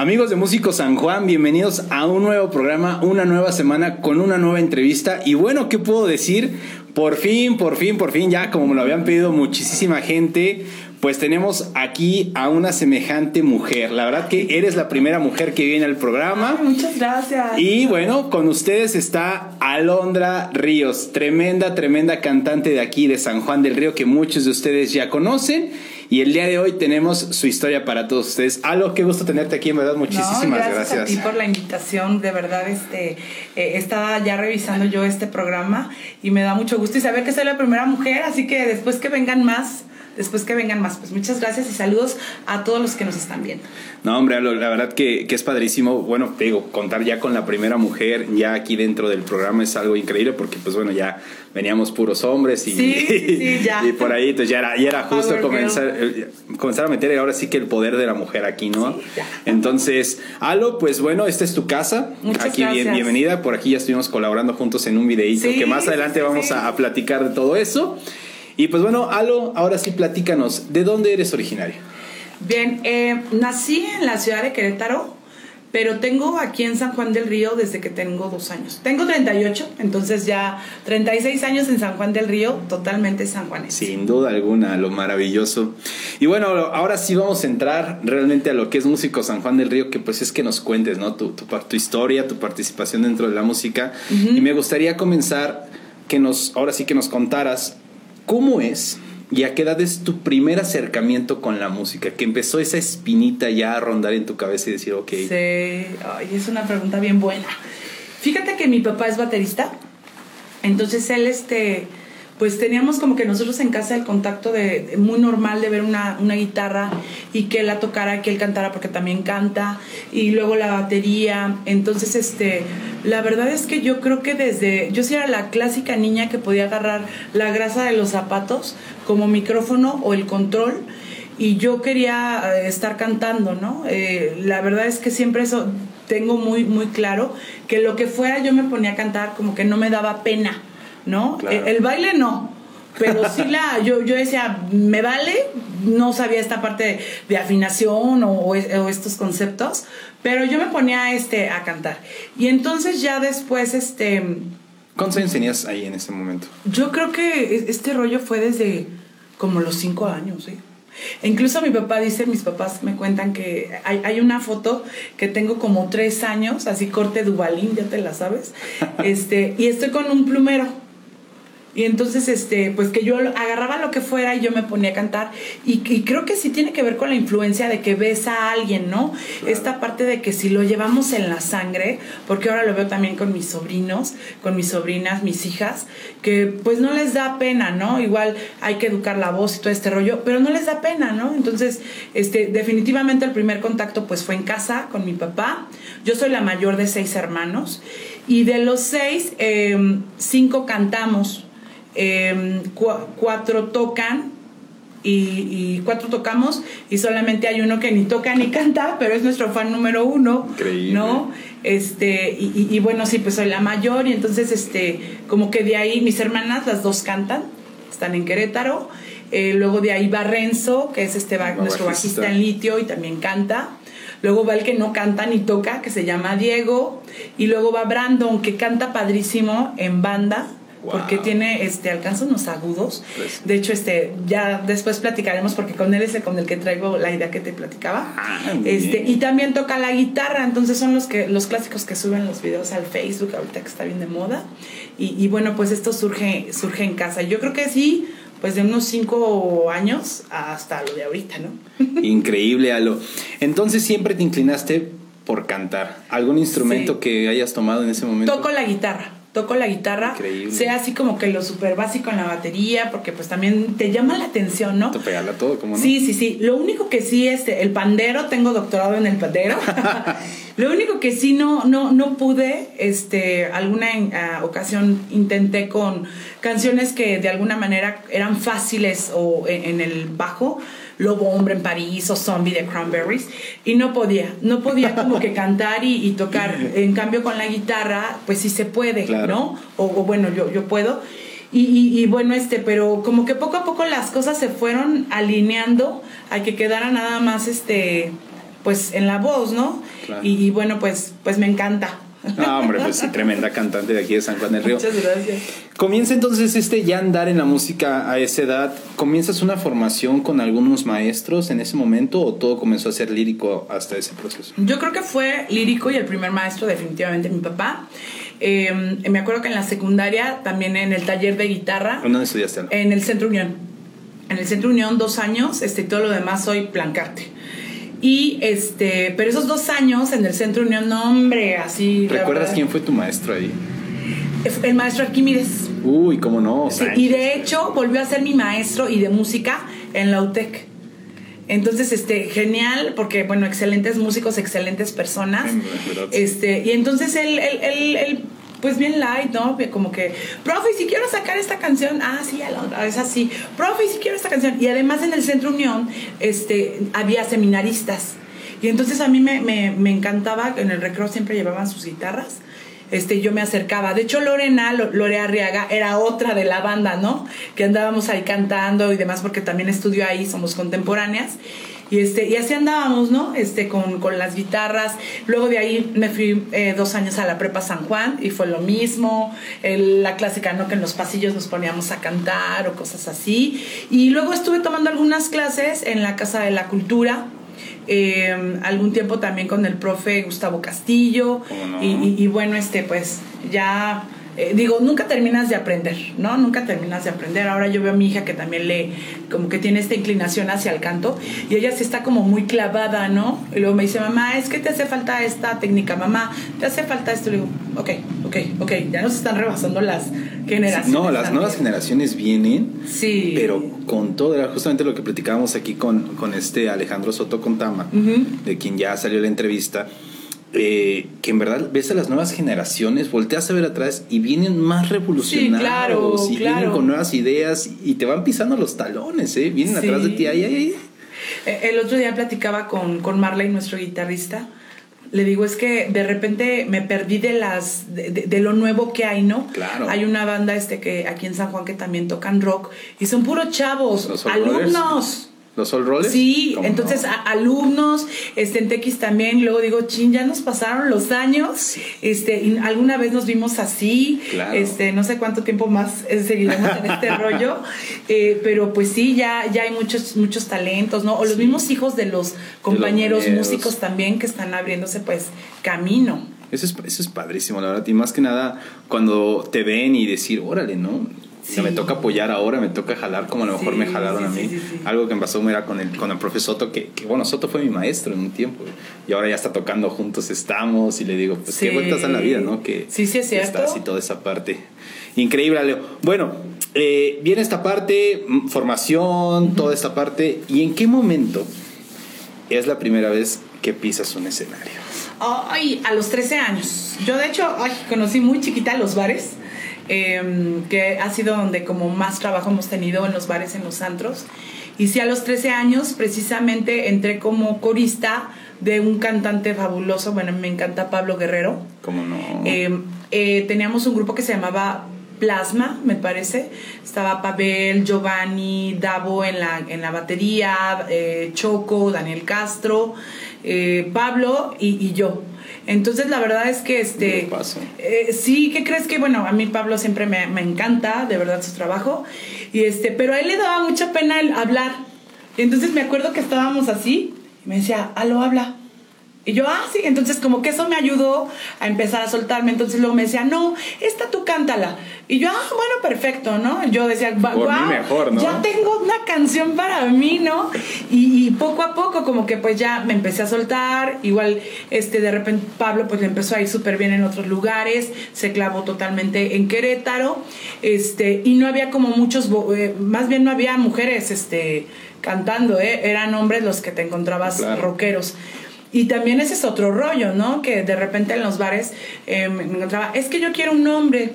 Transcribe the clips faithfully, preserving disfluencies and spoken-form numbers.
Amigos de Músicos San Juan, bienvenidos a un nuevo programa, una nueva semana con una nueva entrevista. Y bueno, ¿qué puedo decir? Por fin, por fin, por fin, ya como me lo habían pedido muchísima gente, pues tenemos aquí a una semejante mujer. La verdad que eres la primera mujer que viene al programa. Ay, muchas gracias. Y bueno, con ustedes está Alondra Ríos, tremenda, tremenda cantante de aquí de San Juan del Río, que muchos de ustedes ya conocen. Y el día de hoy tenemos su historia para todos ustedes. Alo, qué gusto tenerte aquí, en verdad, muchísimas no, gracias. gracias. Gracias a ti por la invitación, de verdad, este, eh, estaba ya revisando yo este programa y me da mucho gusto y saber que soy la primera mujer, así que después que vengan más, después que vengan más, pues muchas gracias y saludos a todos los que nos están viendo. No, hombre, Alo, la verdad que, que es padrísimo. Bueno, te digo, contar ya con la primera mujer ya aquí dentro del programa es algo increíble porque, pues bueno, ya veníamos puros hombres y, sí, sí, sí, ya. y por ahí pues ya era, ya era justo comenzar, comenzar a meter ahora sí que el poder de la mujer aquí, ¿no? Sí, ya. Entonces, Alo, pues bueno, esta es tu casa. Muchas aquí bien, gracias. Bienvenida. Por aquí ya estuvimos colaborando juntos en un videíto sí, que más adelante sí, vamos sí. A, a platicar de todo eso. Y pues bueno, Alo, ahora sí platícanos, ¿de dónde eres originaria? Bien, eh, nací en la ciudad de Querétaro, pero tengo aquí en San Juan del Río desde que tengo dos años. Tengo treinta y ocho, entonces ya treinta y seis años en San Juan del Río, totalmente sanjuanense. Sin duda alguna, lo maravilloso. Y bueno, ahora sí vamos a entrar realmente a lo que es Músicos San Juan del Río, que pues es que nos cuentes, ¿no? Tu, tu, tu historia, tu participación dentro de la música. Uh-huh. Y me gustaría comenzar que nos, ahora sí que nos contaras cómo es y a qué edad es tu primer acercamiento con la música, que empezó esa espinita ya a rondar en tu cabeza y decir, ok. Sí, ay, es una pregunta bien buena. Fíjate que mi papá es baterista, entonces él, este, pues teníamos como que nosotros en casa el contacto de, de muy normal de ver una, una guitarra y que él la tocara, que él cantara porque también canta, y luego la batería. Entonces, este, la verdad es que yo creo que desde, yo sí era la clásica niña que podía agarrar la grasa de los zapatos como micrófono o el control, y yo quería eh, estar cantando, ¿no? Eh, la verdad es que siempre eso tengo muy, muy claro, que lo que fuera yo me ponía a cantar, como que no me daba pena, ¿no? Claro. El, el baile no, pero sí la, yo, yo decía, me vale, no sabía esta parte de, de afinación o, o estos conceptos, pero yo me ponía este, a cantar. Y entonces ya después, este... ¿Cuántos años tenías ahí en ese momento? Yo creo que este rollo fue desde como los cinco años, ¿sí? Incluso mi papá dice, mis papás me cuentan que hay, hay una foto que tengo como tres años, así corte Duvalín, ya te la sabes, este, y estoy con un plumero. Y entonces, este, pues que yo agarraba lo que fuera y yo me ponía a cantar. Y, y creo que sí tiene que ver con la influencia de que ves a alguien, ¿no? Claro. Esta parte de que si lo llevamos en la sangre, porque ahora lo veo también con mis sobrinos, con mis sobrinas, mis hijas, que pues no les da pena, ¿no? Igual hay que educar la voz y todo este rollo, pero no les da pena, ¿no? Entonces, este, definitivamente el primer contacto pues fue en casa con mi papá. Yo soy la mayor de seis hermanos y de los seis, eh, cinco cantamos. Eh, cu- cuatro tocan y, y cuatro tocamos y solamente hay uno que ni toca ni canta, pero es nuestro fan número uno. Increíble. ¿No? Este, y, y, y bueno, sí, pues soy la mayor y entonces este, como que de ahí mis hermanas, las dos cantan, están en Querétaro. Eh, luego de ahí va Renzo, que es este va, nuestro bajista. bajista en litio y también canta. Luego va el que no canta ni toca, que se llama Diego. Y luego va Brandon, que canta padrísimo en banda. Wow. Porque tiene, este, alcanza unos agudos. Pues. De hecho, este, ya después platicaremos porque con él es el con el que traigo la idea que te platicaba. Ah, este, y también toca la guitarra, entonces son los que, los clásicos que suben los videos al Facebook ahorita que está bien de moda. Y, y bueno, pues esto surge, surge en casa. Yo creo que sí, pues de unos cinco años hasta lo de ahorita, ¿no? Increíble, Alo. Entonces siempre te inclinaste por cantar. ¿Algún instrumento sí. que hayas tomado en ese momento? Toco la guitarra. Toco la guitarra, increíble. Sea así como que lo súper básico en la batería, porque pues también te llama la atención, ¿no? Te pegarla todo, ¿cómo no? Sí, sí, sí. Lo único que sí, este, el pandero, tengo doctorado en el pandero. Lo único que sí no, no, no pude, este, alguna uh, ocasión intenté con canciones que de alguna manera eran fáciles o en, en el bajo, Lobo Hombre en París o Zombie de Cranberries, y no podía, no podía como que cantar y, y tocar. En cambio con la guitarra, pues sí se puede, claro. ¿no? O, o bueno, yo, yo puedo. Y, y, y bueno, este, pero como que poco a poco las cosas se fueron alineando a que quedara nada más este pues en la voz, ¿no? Claro. Y, y bueno, pues, pues me encanta. No, hombre, pues sí, tremenda cantante de aquí de San Juan del Río. Muchas gracias. Comienza entonces este ya andar en la música a esa edad. ¿Comienzas una formación con algunos maestros en ese momento o todo comenzó a ser lírico hasta ese proceso? Yo creo que fue lírico y el primer maestro definitivamente mi papá. Eh, me acuerdo que en la secundaria, también en el taller de guitarra. ¿Dónde estudiaste? En el Centro Unión. En el Centro Unión dos años, este, todo lo demás soy plancarte. Y este, pero esos dos años en el Centro Unión, no, hombre, así. ¿Recuerdas quién fue tu maestro ahí? El maestro Arquímedes. Uy, cómo no. Sí, y de hecho volvió a ser mi maestro y de música en la U T E C. Entonces, este, genial, porque bueno, excelentes músicos, excelentes personas. Este, y entonces él, él, él, él pues bien light, ¿no? Como que, profe, si quiero sacar esta canción, ah, sí, a la otra, es así, profe, si quiero esta canción. Y además en el Centro Unión, este, había seminaristas. Y entonces a mí me, me, me encantaba, en el recreo siempre llevaban sus guitarras. Este, yo me acercaba. De hecho, Lorena, Lore Arriaga, era otra de la banda, ¿no? Que andábamos ahí cantando y demás, porque también estudió ahí, somos contemporáneas. Y, este, y así andábamos, ¿no? Este, con, con las guitarras. Luego de ahí me fui eh, dos años a la prepa San Juan y fue lo mismo. El, la clásica, ¿no? Que en los pasillos nos poníamos a cantar o cosas así. Y luego estuve tomando algunas clases en la Casa de la Cultura. Eh, algún tiempo también con el profe Gustavo Castillo. Oh, no. y, y, y bueno, este, pues ya... Eh, digo, nunca terminas de aprender, ¿no? Nunca terminas de aprender. Ahora yo veo a mi hija que también le, como que tiene esta inclinación hacia el canto y ella sí está como muy clavada, ¿no? Y luego me dice, mamá, es que te hace falta esta técnica, mamá, te hace falta esto. Le digo, ok, ok, ok, ya nos están rebasando las generaciones. No, las nuevas generaciones vienen, sí, pero con todo, era justamente lo que platicábamos aquí con, con este Alejandro Soto Contama, uh-huh. de quien ya salió la entrevista. Eh, que en verdad ves a las nuevas generaciones, volteas a ver atrás y vienen más revolucionarios, sí, claro, y claro. vienen con nuevas ideas y te van pisando los talones, ¿eh? Vienen sí. atrás de ti, ay, ay, ay. El otro día platicaba con, con Marley, nuestro guitarrista. Le digo, es que de repente me perdí de las de, de, de lo nuevo que hay, ¿no? Claro. Hay una banda este que aquí en San Juan que también tocan rock y son puros chavos, alumnos. ¿Los All Rollers? Sí, entonces no? a, alumnos, este, en Tequis también, luego digo, chin, ya nos pasaron los años, sí. este, y alguna vez nos vimos así, claro. este, no sé cuánto tiempo más eh, seguiremos en este rollo, eh, pero pues sí, ya, ya hay muchos, muchos talentos, ¿no? O los sí. mismos hijos de los compañeros de los músicos también que están abriéndose pues camino. Eso es, eso es padrísimo, la verdad, y más que nada cuando te ven y decir, órale, ¿no? Sí. O sea, me toca apoyar ahora, me toca jalar como a lo mejor sí, me jalaron sí, a mí. Sí, sí, sí. Algo que me pasó era con el, con el profe Soto, que, que bueno, Soto fue mi maestro en un tiempo. Y ahora ya está tocando juntos, estamos. Y le digo, pues sí. qué vueltas en la vida, ¿no? Que, sí, sí, es cierto. Que estás y toda esa parte. Increíble, Leo. Bueno, eh, viene esta parte, formación, uh-huh. toda esta parte. ¿Y en qué momento es la primera vez que pisas un escenario? Ay, a los trece años. Yo, de hecho, ay, conocí muy chiquita los bares. Eh, que ha sido donde como más trabajo hemos tenido en los bares, en los antros. Y sí, a los trece años precisamente entré como corista de un cantante fabuloso. Bueno, me encanta Pablo Guerrero. ¿Cómo no? Eh, eh, teníamos un grupo que se llamaba Plasma, me parece. Estaba Pavel, Giovanni, Davo en la, en la batería, eh, Choco, Daniel Castro, eh, Pablo y, y yo. Entonces la verdad es que este eh, sí, ¿qué crees? Que bueno, a mí Pablo siempre me, me encanta de verdad su trabajo y este, pero a él le daba mucha pena el hablar. Y entonces me acuerdo que estábamos así y me decía, aló, habla. Y yo, ah, sí, entonces como que eso me ayudó a empezar a soltarme. Entonces luego me decía, no, esta tú cántala. Y yo, ah, bueno, perfecto, ¿no? Yo decía, wow, mejor, ¿no? Ya tengo una canción para mí, ¿no? Y, y poco a poco como que pues ya me empecé a soltar. Igual, este, de repente Pablo pues le empezó a ir súper bien en otros lugares. Se clavó totalmente en Querétaro. Este, y no había como muchos, eh, más bien no había mujeres, este, cantando, ¿eh? Eran hombres los que te encontrabas, claro. rockeros. Y también ese es otro rollo, ¿no? Que de repente en los bares eh, me encontraba, es que yo quiero un hombre.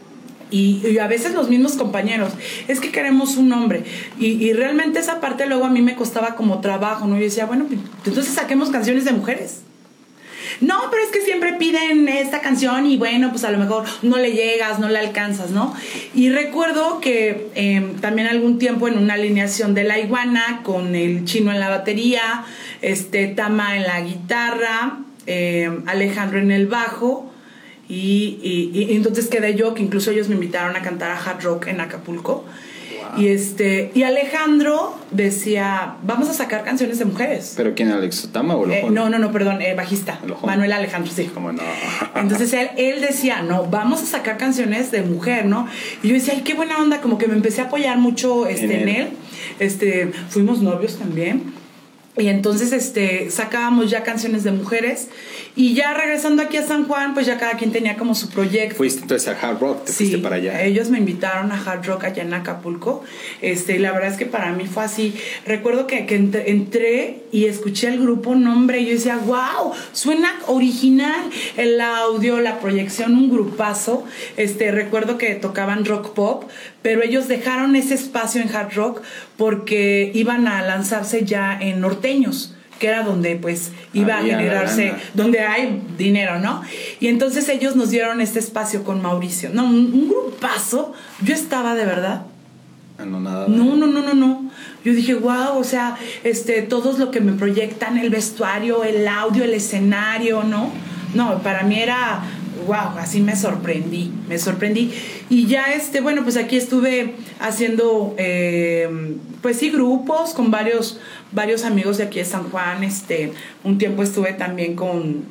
Y, y a veces los mismos compañeros, es que queremos un hombre. Y, y realmente esa parte luego a mí me costaba como trabajo, ¿no? Yo decía, bueno, entonces saquemos canciones de mujeres. no, pero es que siempre piden esta canción y bueno, pues a lo mejor no le llegas, no le alcanzas, ¿no? Y recuerdo que eh, también algún tiempo en una alineación de La Iguana, con el Chino en la batería, este, Tama en la guitarra, eh, Alejandro en el bajo, y, y, y entonces quedé yo, que incluso ellos me invitaron a cantar a Hard Rock en Acapulco. Y este y Alejandro decía, vamos a sacar canciones de mujeres. ¿Pero quién, Alex Tama o eh, No, no, no, perdón, eh, bajista. Manuel Alejandro, sí. ¿Cómo no? Entonces él, él decía, no, vamos a sacar canciones de mujer, ¿no? Y yo decía, ay, qué buena onda, como que me empecé a apoyar mucho este, en, él. en él. Este, fuimos novios también. Y entonces este, sacábamos ya canciones de mujeres. Y ya regresando aquí a San Juan, pues ya cada quien tenía como su proyecto. Fuiste entonces a Hard Rock, te sí, fuiste para allá. Ellos me invitaron a Hard Rock allá en Acapulco. Este, y la verdad es que para mí fue así. Recuerdo que, que entré, entré y escuché el grupo, nombre, y yo decía, wow, suena original. El audio, la proyección, un grupazo. Este, recuerdo que tocaban rock pop, pero ellos dejaron ese espacio en Hard Rock porque iban a lanzarse ya en norteños, que era donde pues iba Había a generarse, donde hay dinero, ¿no? Y entonces ellos nos dieron este espacio con Mauricio. No, un, un grupazo. Yo estaba de verdad. Ah, no, nada. No, no, no, no, no. Yo dije, wow, o sea, este, todos lo que me proyectan, el vestuario, el audio, el escenario, ¿no? No, para mí era, wow, así me sorprendí, me sorprendí. Y ya, este, bueno, pues aquí estuve haciendo, eh, pues sí, grupos con varios, varios amigos de aquí de San Juan. Este, un tiempo estuve también con,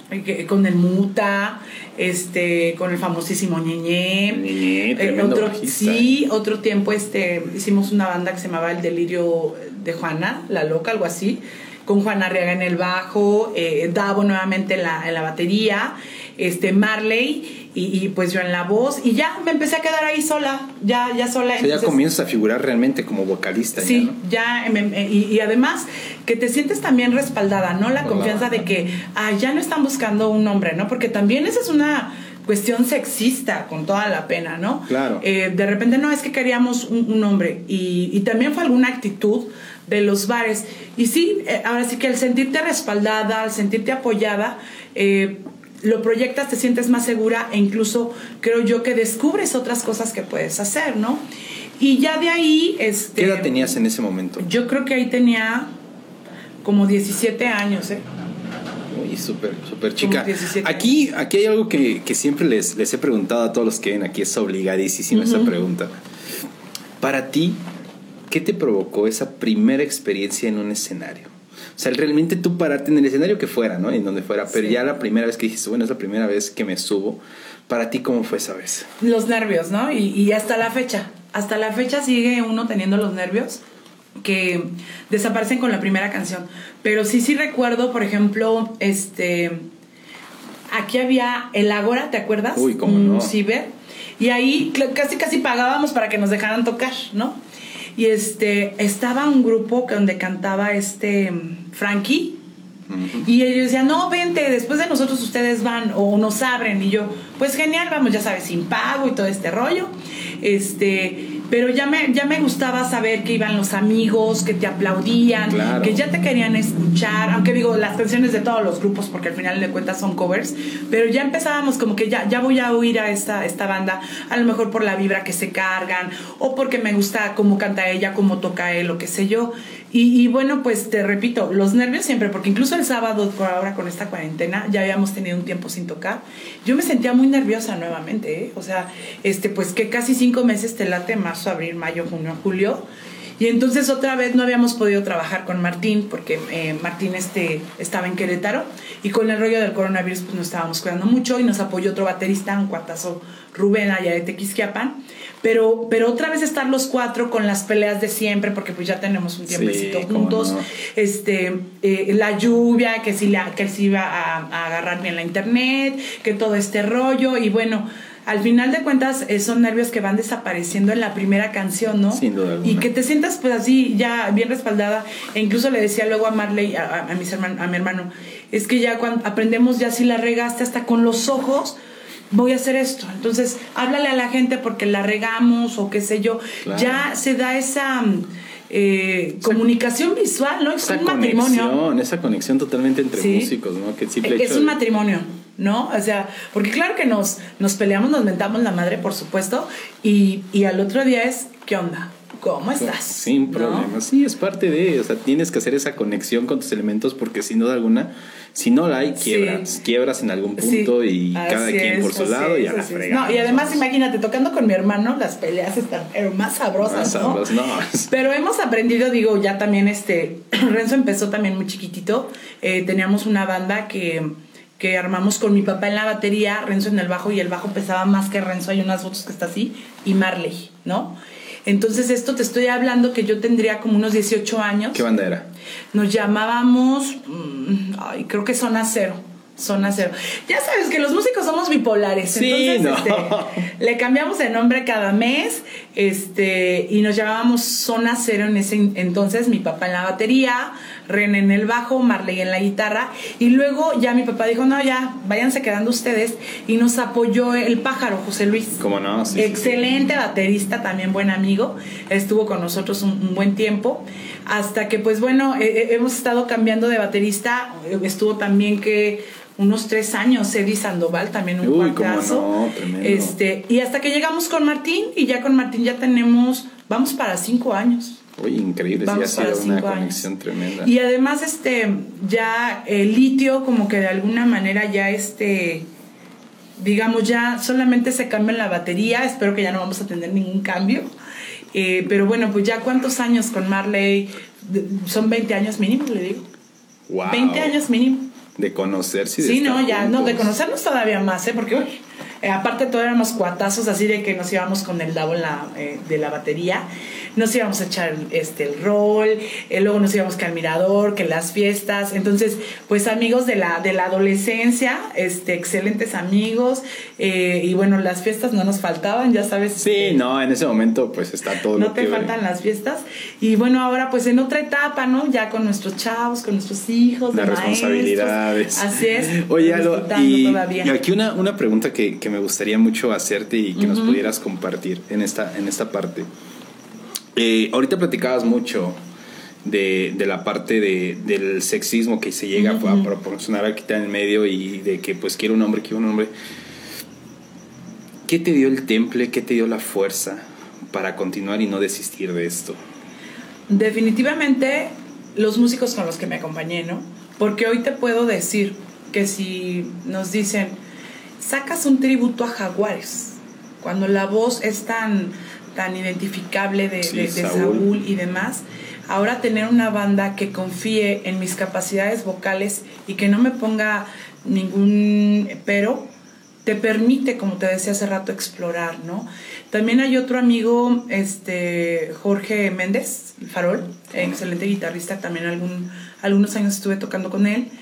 con el Muta, este, con el famosísimo Ñeñé. Ñeñé, tremendo otro, bajista. Sí, otro tiempo, este, hicimos una banda que se llamaba El Delirio de Juana, La Loca, algo así, con Juan Arriaga en el bajo, eh, Davo nuevamente en la, en la batería, este, Marley y, y pues yo en la voz, y ya me empecé a quedar ahí sola, ya, ya sola. O sea, ya comienzas a figurar realmente como vocalista. Sí, ya, ¿no? ya, me, y, y además que te sientes también respaldada, ¿no? La Por confianza la de que ah, ya no están buscando un hombre, ¿no? Porque también esa es una cuestión sexista, con toda la pena, ¿no? Claro. Eh, de repente, no, es que queríamos un, un hombre, y, y también fue alguna actitud de los bares. Y sí, eh, ahora sí que al sentirte respaldada, al sentirte apoyada, eh, lo proyectas, te sientes más segura, e incluso creo yo que descubres otras cosas que puedes hacer, ¿no? Y ya de ahí... Este, ¿Qué edad tenías en ese momento? Yo creo que ahí tenía como diecisiete años, ¿eh? Uy, súper, súper chica. diecisiete Aquí, aquí hay algo que, que siempre les, les he preguntado a todos los que ven aquí, es obligadísima uh-huh. esa pregunta. Para ti, ¿qué te provocó esa primera experiencia en un escenario? O sea, realmente tú pararte en el escenario que fuera, ¿no? En donde fuera, pero sí. ya la primera vez que dijiste, bueno, es la primera vez que me subo. Para ti, ¿cómo fue esa vez? Los nervios, ¿no? Y, y hasta la fecha, hasta la fecha sigue uno teniendo los nervios que desaparecen con la primera canción. Pero sí, sí recuerdo, por ejemplo, este... aquí había el Ágora, ¿te acuerdas? Uy, ¿cómo Un no? ciber. Y ahí casi casi pagábamos para que nos dejaran tocar, ¿no? Y este, estaba un grupo donde cantaba este Frankie. Uh-huh. Y ellos decían, no, vente, después de nosotros ustedes van o nos abren. Y yo, pues genial, vamos, ya sabes, sin pago y todo este rollo. Este, pero ya me, ya me gustaba saber que iban los amigos, que te aplaudían, claro. que ya te querían escuchar. Aunque digo, las canciones de todos los grupos, porque al final de cuentas son covers. Pero ya empezábamos como que ya, ya voy a oír a esta, esta banda, a lo mejor por la vibra que se cargan, o porque me gusta cómo canta ella, cómo toca él, o qué sé yo. Y, y bueno, pues te repito, los nervios siempre, porque incluso el sábado, por ahora con esta cuarentena, ya habíamos tenido un tiempo sin tocar. Yo me sentía muy nerviosa nuevamente, ¿eh? O sea, este, pues que casi cinco meses te late, marzo, abril, mayo, junio, julio. Y entonces otra vez no habíamos podido trabajar con Martín, porque eh, Martín este, estaba en Querétaro, y con el rollo del coronavirus pues nos estábamos cuidando mucho, y nos apoyó otro baterista, un cuatazo, Rubén, allá de Tequisquiapan. Pero, pero otra vez estar los cuatro con las peleas de siempre, porque pues ya tenemos un tiempecito sí, juntos. No. Este, eh, la lluvia, que si, la, que si iba a, a agarrar bien la internet, que todo este rollo. Y bueno, al final de cuentas eh, son nervios que van desapareciendo en la primera canción, ¿no? Sin duda alguna. Y que te sientas pues así ya bien respaldada. E incluso le decía luego a Marley, a, a, mis herman, a mi hermano, es que ya cuando aprendemos, ya si la regaste hasta con los ojos, voy a hacer esto, entonces háblale a la gente porque la regamos o qué sé yo. Claro. Ya se da esa eh, comunicación visual, ¿no? Es esa un matrimonio. Conexión, esa conexión totalmente entre sí. músicos, ¿no? Que sí es un de... matrimonio, ¿no? O sea, porque claro que nos, nos peleamos, nos mentamos la madre, por supuesto, y, y al otro día es, ¿qué onda? ¿Cómo estás? Sin ¿no? problema. Sí, es parte de, o sea, tienes que hacer esa conexión con tus elementos porque sin duda alguna, si no la hay, quiebras, sí. quiebras en algún punto sí. y así cada quien es, por su lado es, y a la fregada. No, y además, vamos. Imagínate, tocando con mi hermano, las peleas están más sabrosas, más ¿no? sabrosas, no. Pero hemos aprendido, digo, ya también este, Renzo empezó también muy chiquitito, eh, teníamos una banda que... que armamos con mi papá en la batería, Renzo en el bajo, y el bajo pesaba más que Renzo, hay unas fotos que está así, y Marley, ¿no? Entonces esto te estoy hablando que yo tendría como unos dieciocho años. ¿Qué banda era? Nos llamábamos, ay, creo que Zona Cero. Zona Cero. Ya sabes que los músicos somos bipolares. Sí, entonces no. este, le cambiamos de nombre cada mes este, y nos llamábamos Zona Cero en ese entonces. Mi papá en la batería, Ren en el bajo, Marley en la guitarra. Y luego ya mi papá dijo, no, ya, váyanse quedando ustedes. Y nos apoyó el pájaro, José Luis. ¿Cómo no? Sí, excelente sí, sí. baterista, también buen amigo. Estuvo con nosotros un, un buen tiempo. Hasta que, pues bueno, eh, hemos estado cambiando de baterista. Estuvo también que... unos tres años, Eddie Sandoval, también un Uy, cuartazo. Cómo no, tremendo. Este, y hasta que llegamos con Martín, y ya con Martín ya tenemos, vamos para cinco años. Uy, increíble, sí, ha sido una conexión años. Tremenda. Y además, este, ya el litio, como que de alguna manera ya este, digamos, ya solamente se cambia en la batería. Espero que ya no vamos a tener ningún cambio. Eh, pero bueno, pues ya cuántos años con Marley, son veinte años mínimo, le digo. Wow. veinte años mínimo. De conocerse y de sí, no, ya, juntos. no, de conocernos todavía más, ¿eh? Porque, uy, eh, aparte todos éramos cuatazos, así de que nos íbamos con el Davo en la, eh, de la batería, nos íbamos a echar este, el rol, eh, luego nos íbamos que al mirador, que las fiestas, entonces, pues amigos de la, de la adolescencia, este, excelentes amigos, eh, y bueno, las fiestas no nos faltaban, ya sabes. Sí, este, no, en ese momento pues está todo no lo te que... faltan las fiestas, y bueno, ahora pues en otra etapa, ¿no? Ya con nuestros chavos, con nuestros hijos, las responsabilidades. Así es. Oye, Alo, y, y aquí una, una pregunta que, que me gustaría mucho hacerte y que uh-huh. nos pudieras compartir en esta, en esta parte. Eh, ahorita platicabas mucho de, de la parte de, del sexismo que se llega uh-huh. a proporcionar aquí en el medio y de que pues quiero un hombre, quiero un hombre. ¿Qué te dio el temple, qué te dio la fuerza para continuar y no desistir de esto? Definitivamente los músicos con los que me acompañé, ¿no? Porque hoy te puedo decir que si nos dicen, sacas un tributo a Jaguares, cuando la voz es tan, tan identificable de, sí, de, de Saúl. Saúl y demás, ahora tener una banda que confíe en mis capacidades vocales y que no me ponga ningún pero, te permite, como te decía hace rato, explorar, ¿no? También hay otro amigo, este Jorge Méndez, el Farol, excelente guitarrista, también algún, algunos años estuve tocando con él,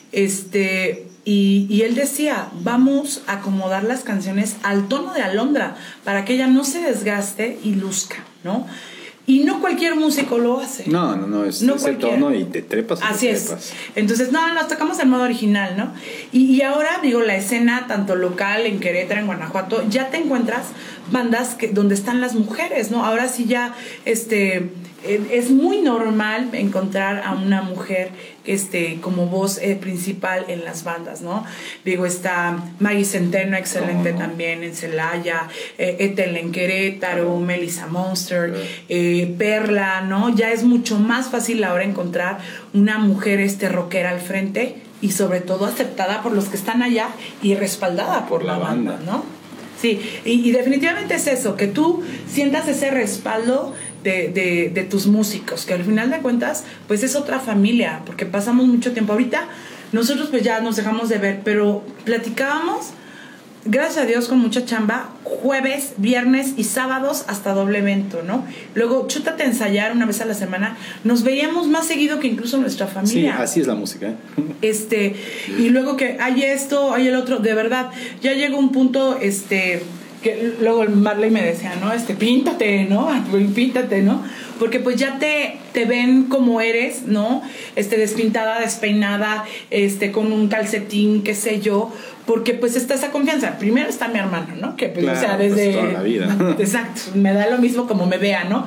este, y, y él decía, vamos a acomodar las canciones al tono de Alondra, para que ella no se desgaste y luzca, ¿no? Y no cualquier músico lo hace. No, no, no, es no ese tono y te trepas. Y Así te es. trepas. Entonces, no, nos tocamos el modo original, ¿no? Y, y ahora, digo, la escena, tanto local, en Querétaro, en Guanajuato, ya te encuentras bandas que, donde están las mujeres, ¿no? Ahora sí ya, este... es muy normal encontrar a una mujer este, como voz eh, principal en las bandas, ¿no? Digo, está Maggie Centeno, excelente oh, no. también en Celaya, eh, Ethel en Querétaro, oh. Melissa Monster, oh. eh, Perla, ¿no? Ya es mucho más fácil ahora encontrar una mujer este, rockera al frente y sobre todo aceptada por los que están allá y respaldada por la, la banda, banda, ¿no? Sí, y, y definitivamente es eso, que tú sientas ese respaldo De, de, de tus músicos, que al final de cuentas pues es otra familia, porque pasamos mucho tiempo. Ahorita nosotros pues ya nos dejamos de ver, pero platicábamos, gracias a Dios, con mucha chamba, jueves, viernes y sábados hasta doble evento, ¿no? Luego chútate a ensayar una vez a la semana. Nos veíamos más seguido que incluso nuestra familia. Sí, así es la música, ¿eh? Este, y luego que hay esto, hay el otro, de verdad, ya llegó un punto, este... que luego Marley me decía, ¿no? Este, píntate, ¿no? Píntate, ¿no? Porque pues ya te, te ven como eres, ¿no? Este, despintada, despeinada, este, con un calcetín, qué sé yo, porque pues está esa confianza. Primero está mi hermano, ¿no? Que pues, claro, o sea, desde... pues toda la vida. Exacto, me da lo mismo como me vea, ¿no?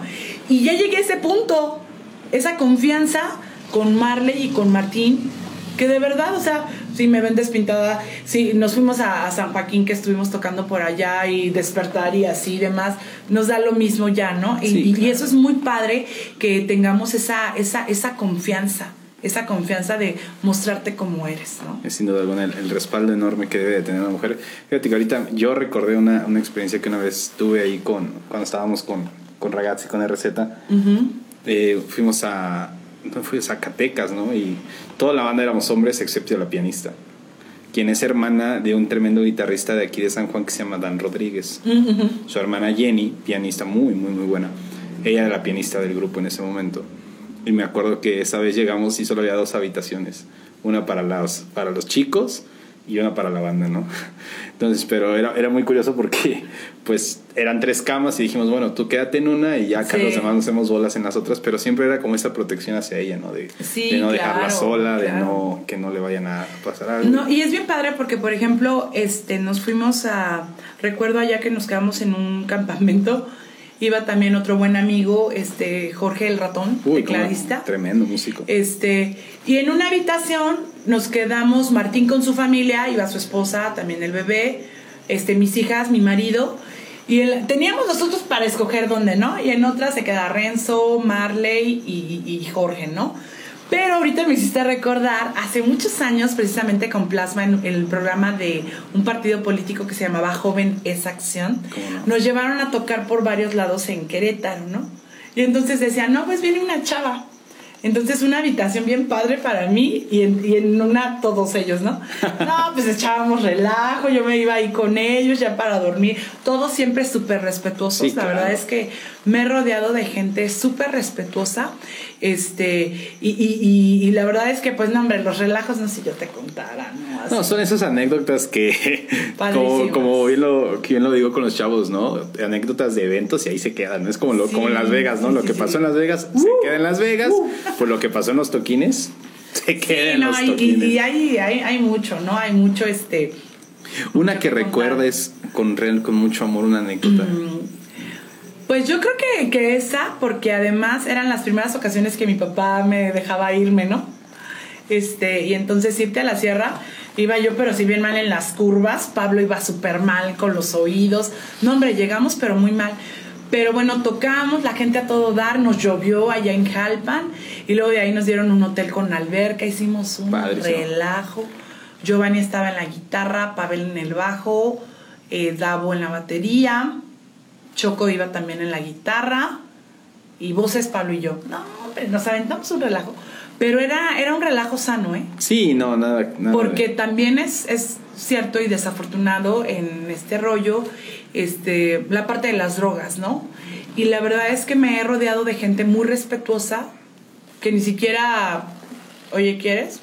Y ya llegué a ese punto, esa confianza con Marley y con Martín, que de verdad, o sea, sí me ven despintada, sí, nos fuimos a, a San Joaquín, que estuvimos tocando por allá y despertar y así y demás, nos da lo mismo ya, ¿no? Y, sí, claro. Y eso es muy padre, que tengamos esa, esa, esa confianza, esa confianza de mostrarte como eres, ¿no? Es sin duda alguna el, el respaldo enorme que debe de tener una mujer. Fíjate que ahorita yo recordé una, una experiencia que una vez tuve ahí con, cuando estábamos con, con Ragazzi, con R Z, uh-huh. eh, fuimos a... fui a Zacatecas, ¿no? Y toda la banda éramos hombres excepto la pianista, quien es hermana de un tremendo guitarrista de aquí de San Juan que se llama Dan Rodríguez. Uh-huh. Su hermana Jenny, pianista muy, muy, muy buena. Ella era la pianista del grupo en ese momento. Y me acuerdo que esa vez llegamos y solo había dos habitaciones. Una para los, para los chicos y una para la banda, ¿no? Entonces, pero era, era muy curioso porque pues eran tres camas y dijimos, bueno, tú quédate en una y ya acá sí. Los demás nos hacemos bolas en las otras, pero siempre era como esa protección hacia ella, ¿no? De, sí, de no claro, dejarla sola, claro. De no que no le vayan a pasar algo. No, y es bien padre porque, por ejemplo, este nos fuimos a... Recuerdo allá que nos quedamos en un campamento, iba también otro buen amigo, este Jorge el Ratón, Uy, tecladista. Tremendo músico. Este, y en una habitación nos quedamos, Martín con su familia, iba su esposa, también el bebé, este, mis hijas, mi marido, y el, teníamos nosotros para escoger dónde, ¿no? Y en otra se queda Renzo, Marley y, y Jorge, ¿no? Pero ahorita me hiciste recordar, hace muchos años, precisamente con Plasma, en el programa de un partido político que se llamaba Joven es Acción, no? Nos llevaron a tocar por varios lados en Querétaro, ¿no? Y entonces decían, no, pues viene una chava. Entonces una habitación bien padre para mí y en, y en una todos ellos, ¿no? No, pues echábamos relajo, yo me iba ahí con ellos ya para dormir, todos siempre súper respetuosos, sí, la claro. Verdad es que me he rodeado de gente súper respetuosa, este, y, y, y, y la verdad es que pues no, hombre, los relajos no sé si yo te contara, ¿no? Así. No, son esas anécdotas que como, como bien, lo, bien lo digo con los chavos, ¿no? Anécdotas de eventos y ahí se quedan, ¿no? Es como, lo, sí, como en Las Vegas, ¿no? Sí, lo que sí, pasó sí. en Las Vegas uh, se queda en Las Vegas, uh. Pues lo que pasó en los toquines se queda sí, en no, los y, toquines. Y, y hay, hay, hay mucho, ¿no? Hay mucho este... Una mucho que, que recuerdes con, con mucho amor, una anécdota. Mm, pues yo creo que, que esa, porque además eran las primeras ocasiones que mi papá me dejaba irme, ¿no? Este, y entonces irte a la sierra, iba yo pero si bien mal en las curvas, Pablo iba súper mal con los oídos. No, hombre, llegamos pero muy mal. Pero bueno, tocamos, la gente a todo dar, nos llovió allá en Jalpan y luego de ahí nos dieron un hotel con alberca, hicimos un Padrísimo. relajo. Giovanni estaba en la guitarra, Pavel en el bajo, eh, Davo en la batería, Choco iba también en la guitarra y voces Pablo y yo. No, hombre, nos aventamos un relajo. Pero era, era un relajo sano, ¿eh? Sí, no, nada. nada Porque de... también es, es cierto y desafortunado en este rollo este, la parte de las drogas, ¿no? Y la verdad es que me he rodeado de gente muy respetuosa que ni siquiera, oye, ¿quieres?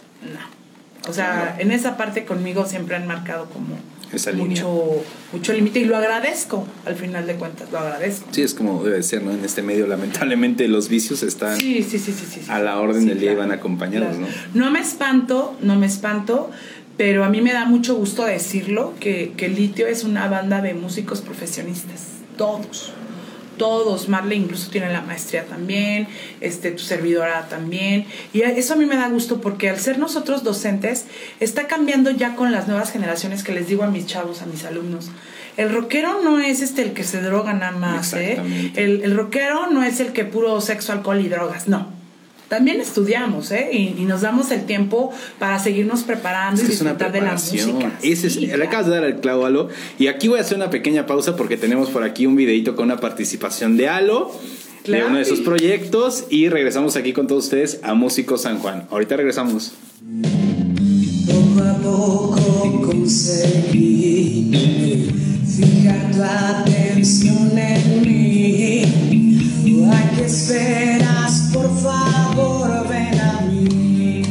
No. O sea, claro. En esa parte conmigo siempre han marcado como esa mucho, mucho límite y lo agradezco, al final de cuentas, lo agradezco. Sí, es como debe ser, ¿no? En este medio, lamentablemente, los vicios están sí, sí, sí, sí, sí, sí, a la orden sí, del día claro, y van acompañados, claro. ¿no? No me espanto, no me espanto, pero a mí me da mucho gusto decirlo, que, que Litio es una banda de músicos profesionistas, todos. Todos, Marley incluso tiene la maestría también, este, tu servidora también, y eso a mí me da gusto porque al ser nosotros docentes está cambiando ya con las nuevas generaciones, que les digo a mis chavos, a mis alumnos, el rockero no es este el que se droga nada más, ¿eh? el, el rockero no es el que puro sexo, alcohol y drogas, no. También estudiamos, ¿eh? Y, y nos damos el tiempo para seguirnos preparando es y disfrutar de la música. Ese sí, es, claro. Le acabas de dar el clavo, Alo. Y aquí voy a hacer una pequeña pausa porque tenemos por aquí un videito con una participación de Alo, claro, de uno de sus proyectos. Y regresamos aquí con todos ustedes a Músicos San Juan. Ahorita regresamos. Poco a poco conseguí fijar tu atención en mí. ¿A qué esperas? Por favor, ven a mí.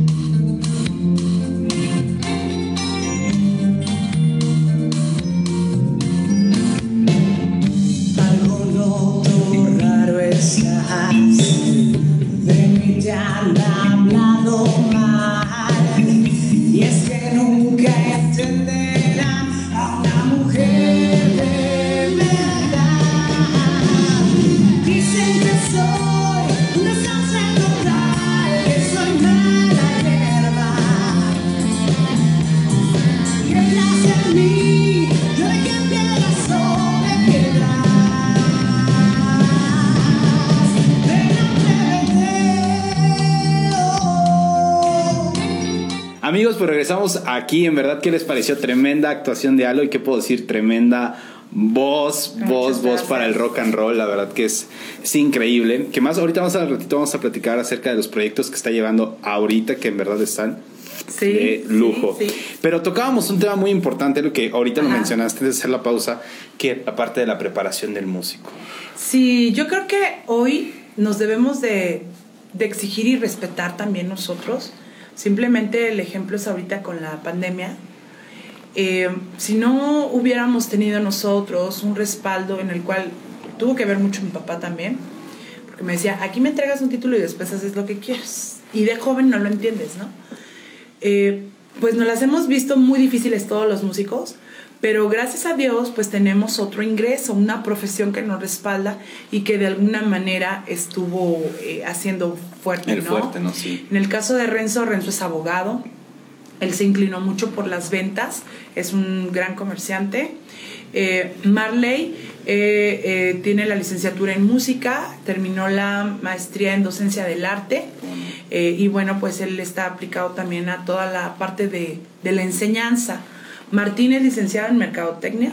Algo noto raro estás, de mí te han hablado mal, y es que nunca entenderán a una mujer de verdad. Dicen que Amigos, pues regresamos aquí. En verdad, ¿qué les pareció? Tremenda actuación de Alo. Y qué puedo decir, tremenda voz, Muchas voz, voz gracias. para el rock and roll. La verdad que es, es increíble. Que más ahorita vamos a, ratito vamos a platicar acerca de los proyectos que está llevando ahorita, que en verdad están Sí, de lujo. sí, sí. Pero tocábamos un tema muy importante, lo que ahorita lo Ajá. mencionaste antes de hacer la pausa, que la parte de la preparación del músico. Sí, yo creo que hoy nos debemos de, de exigir y respetar también nosotros. Simplemente el ejemplo es ahorita con la pandemia. Eh, si no hubiéramos tenido nosotros un respaldo en el cual tuvo que ver mucho mi papá también, porque me decía, aquí me entregas un título y después haces lo que quieres. Y de joven no lo entiendes, ¿no? Eh, pues nos las hemos visto muy difíciles todos los músicos, pero gracias a Dios pues tenemos otro ingreso, una profesión que nos respalda y que de alguna manera estuvo eh, haciendo fuerte, El ¿no? fuerte, ¿no? Sí. En el caso de Renzo, Renzo es abogado, él se inclinó mucho por las ventas, es un gran comerciante. Eh, Marley eh, eh, tiene la licenciatura en música, terminó la maestría en docencia del arte. Eh, y bueno, pues él está aplicado también a toda la parte de, de la enseñanza. Martín es licenciado en mercadotecnia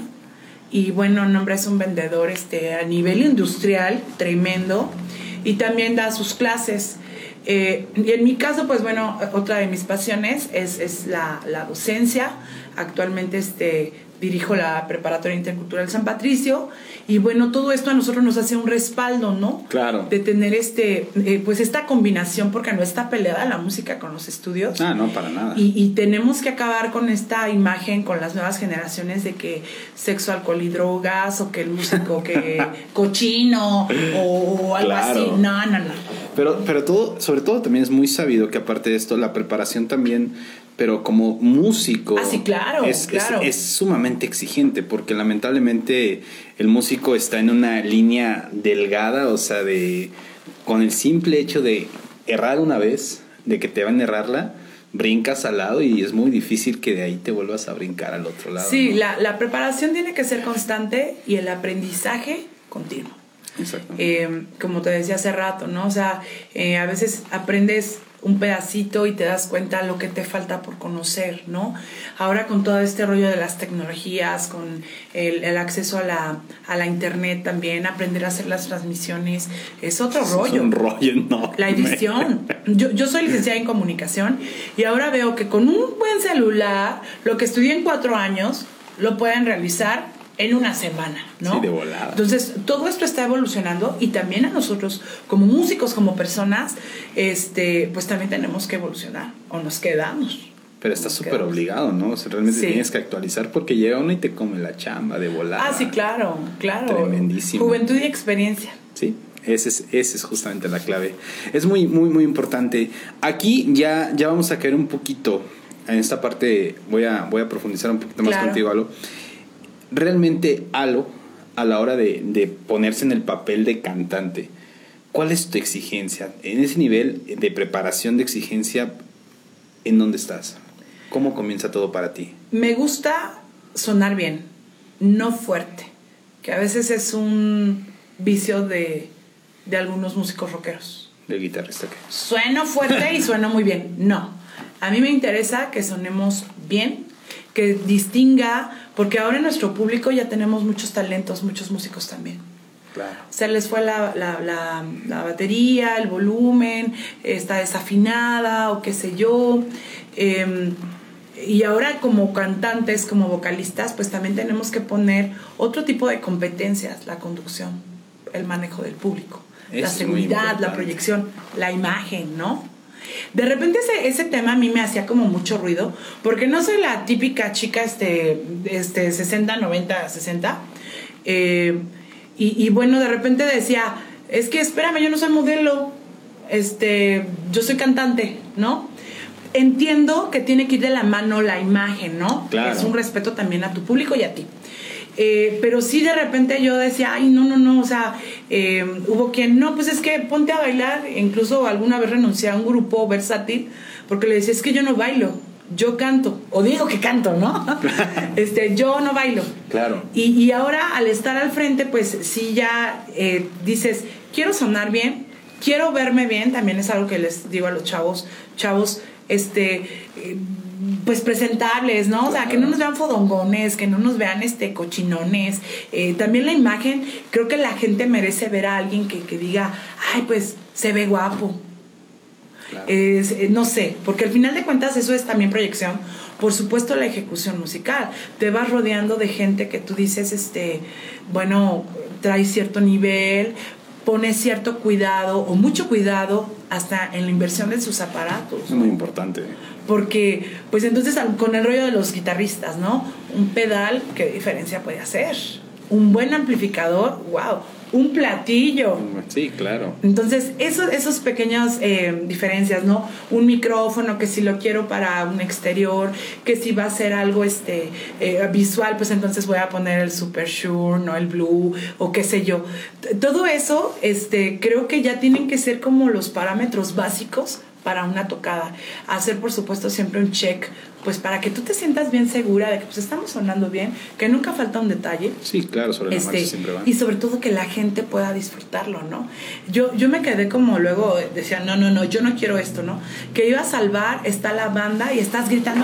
y bueno, nombre es un vendedor este, a nivel industrial tremendo y también da sus clases. Eh, y en mi caso, pues bueno, otra de mis pasiones es, es la, la docencia. Actualmente este, dirijo la Preparatoria Intercultural San Patricio y bueno, todo esto a nosotros nos hace un respaldo, ¿no? Claro. De tener este, eh, pues esta combinación, porque no está peleada la música con los estudios. Ah, no, para nada. Y, y tenemos que acabar con esta imagen con las nuevas generaciones de que sexo, alcohol y drogas, o que el músico que cochino o algo Claro. así. No, no, no. Pero, pero todo, sobre todo también es muy sabido que aparte de esto, la preparación también, pero como músico, Ah, sí, claro, es, claro. es, es sumamente exigente, porque lamentablemente el músico está en una línea delgada, o sea, de con el simple hecho de errar una vez, de que te van a errarla, brincas al lado y es muy difícil que de ahí te vuelvas a brincar al otro lado. Sí, ¿no? la, la preparación tiene que ser constante y el aprendizaje continuo. Exactamente. Eh, como te decía hace rato, ¿no? O sea, eh, a veces aprendes un pedacito y te das cuenta lo que te falta por conocer, ¿no? Ahora con todo este rollo de las tecnologías, con el, el acceso a la, a la internet también, aprender a hacer las transmisiones, es otro rollo. Es un rollo enorme. La edición. Yo, yo soy licenciada en comunicación y ahora veo que con un buen celular, lo que estudié en cuatro años, lo pueden realizar en una semana, ¿no? Sí, de volada. Entonces, todo esto está evolucionando y también a nosotros, como músicos, como personas, este, pues también tenemos que evolucionar o nos quedamos. Pero estás Nos súper quedamos. obligado, ¿no? O sea, realmente Sí. tienes que actualizar porque llega uno y te come la chamba de volada. Ah, sí, claro, claro. Tremendísimo. Juventud y experiencia. Sí, ese es, ese es justamente la clave. Es muy, muy, muy importante. Aquí ya, ya vamos a caer un poquito en esta parte. Voy a, voy a profundizar un poquito más Claro. contigo, Alo. Realmente, Alo, a la hora de, de ponerse en el papel de cantante, ¿cuál es tu exigencia? En ese nivel de preparación de exigencia, ¿en dónde estás? ¿Cómo comienza todo para ti? Me gusta sonar bien, no fuerte, que a veces es un vicio de, de algunos músicos rockeros. ¿Del guitarrista qué? Sueno fuerte y sueno muy bien. No, a mí me interesa que sonemos bien, que distinga, porque ahora en nuestro público ya tenemos muchos talentos, muchos músicos también. Claro. Se les fue la, la, la, la batería, el volumen, está desafinada o qué sé yo. Eh, y ahora como cantantes, como vocalistas, pues también tenemos que poner otro tipo de competencias, la conducción, el manejo del público, Eso la es muy seguridad, importante. la proyección, la imagen, ¿no? De repente ese, ese tema a mí me hacía como mucho ruido, porque no soy la típica chica este, este sesenta, noventa, sesenta. Eh, y, y bueno, de repente decía, es que espérame, yo no soy modelo, este, yo soy cantante, ¿no? Entiendo que tiene que ir de la mano la imagen, ¿no? Claro. Es un respeto también a tu público y a ti. Eh, pero sí de repente yo decía, ay, no, no, no, o sea, eh, hubo quien, no, pues es que ponte a bailar. Incluso alguna vez renuncié a un grupo versátil porque le decía, es que yo no bailo, yo canto, o digo que canto, ¿no? este, yo no bailo. Claro. Y, y ahora al estar al frente, pues sí ya eh, dices, quiero sonar bien, quiero verme bien, también es algo que les digo a los chavos, chavos, este... Eh, pues presentables, ¿no? O sea, que no nos vean fodongones, que no nos vean este cochinones. Eh, también la imagen, creo que la gente merece ver a alguien que, que diga, ay, pues se ve guapo. Claro. Es, eh, no sé, porque al final de cuentas eso es también proyección. Por supuesto, la ejecución musical. Te vas rodeando de gente que tú dices, este, bueno, trae cierto nivel, pone cierto cuidado o mucho cuidado hasta en la inversión de sus aparatos. Es muy importante. Porque, pues entonces, con el rollo de los guitarristas, ¿no? Un pedal, ¿qué diferencia puede hacer? Un buen amplificador, wow. Un platillo. Sí, claro. Entonces, esos, esos pequeñas eh, diferencias, ¿no? Un micrófono que si lo quiero para un exterior, que si va a ser algo este eh, visual, pues entonces voy a poner el Super Shure, ¿no? El Blue, o qué sé yo. Todo eso, este, creo que ya tienen que ser como los parámetros básicos para una tocada. Hacer, por supuesto, siempre un check, pues para que tú te sientas bien segura de que pues estamos sonando bien, que nunca falta un detalle. Sí, claro, sobre este, la marcha siempre va. Y sobre todo que la gente pueda disfrutarlo, ¿no? Yo, yo me quedé como luego, decía, no, no, no, yo no quiero esto, ¿no? Que iba a salvar, está la banda y estás gritando,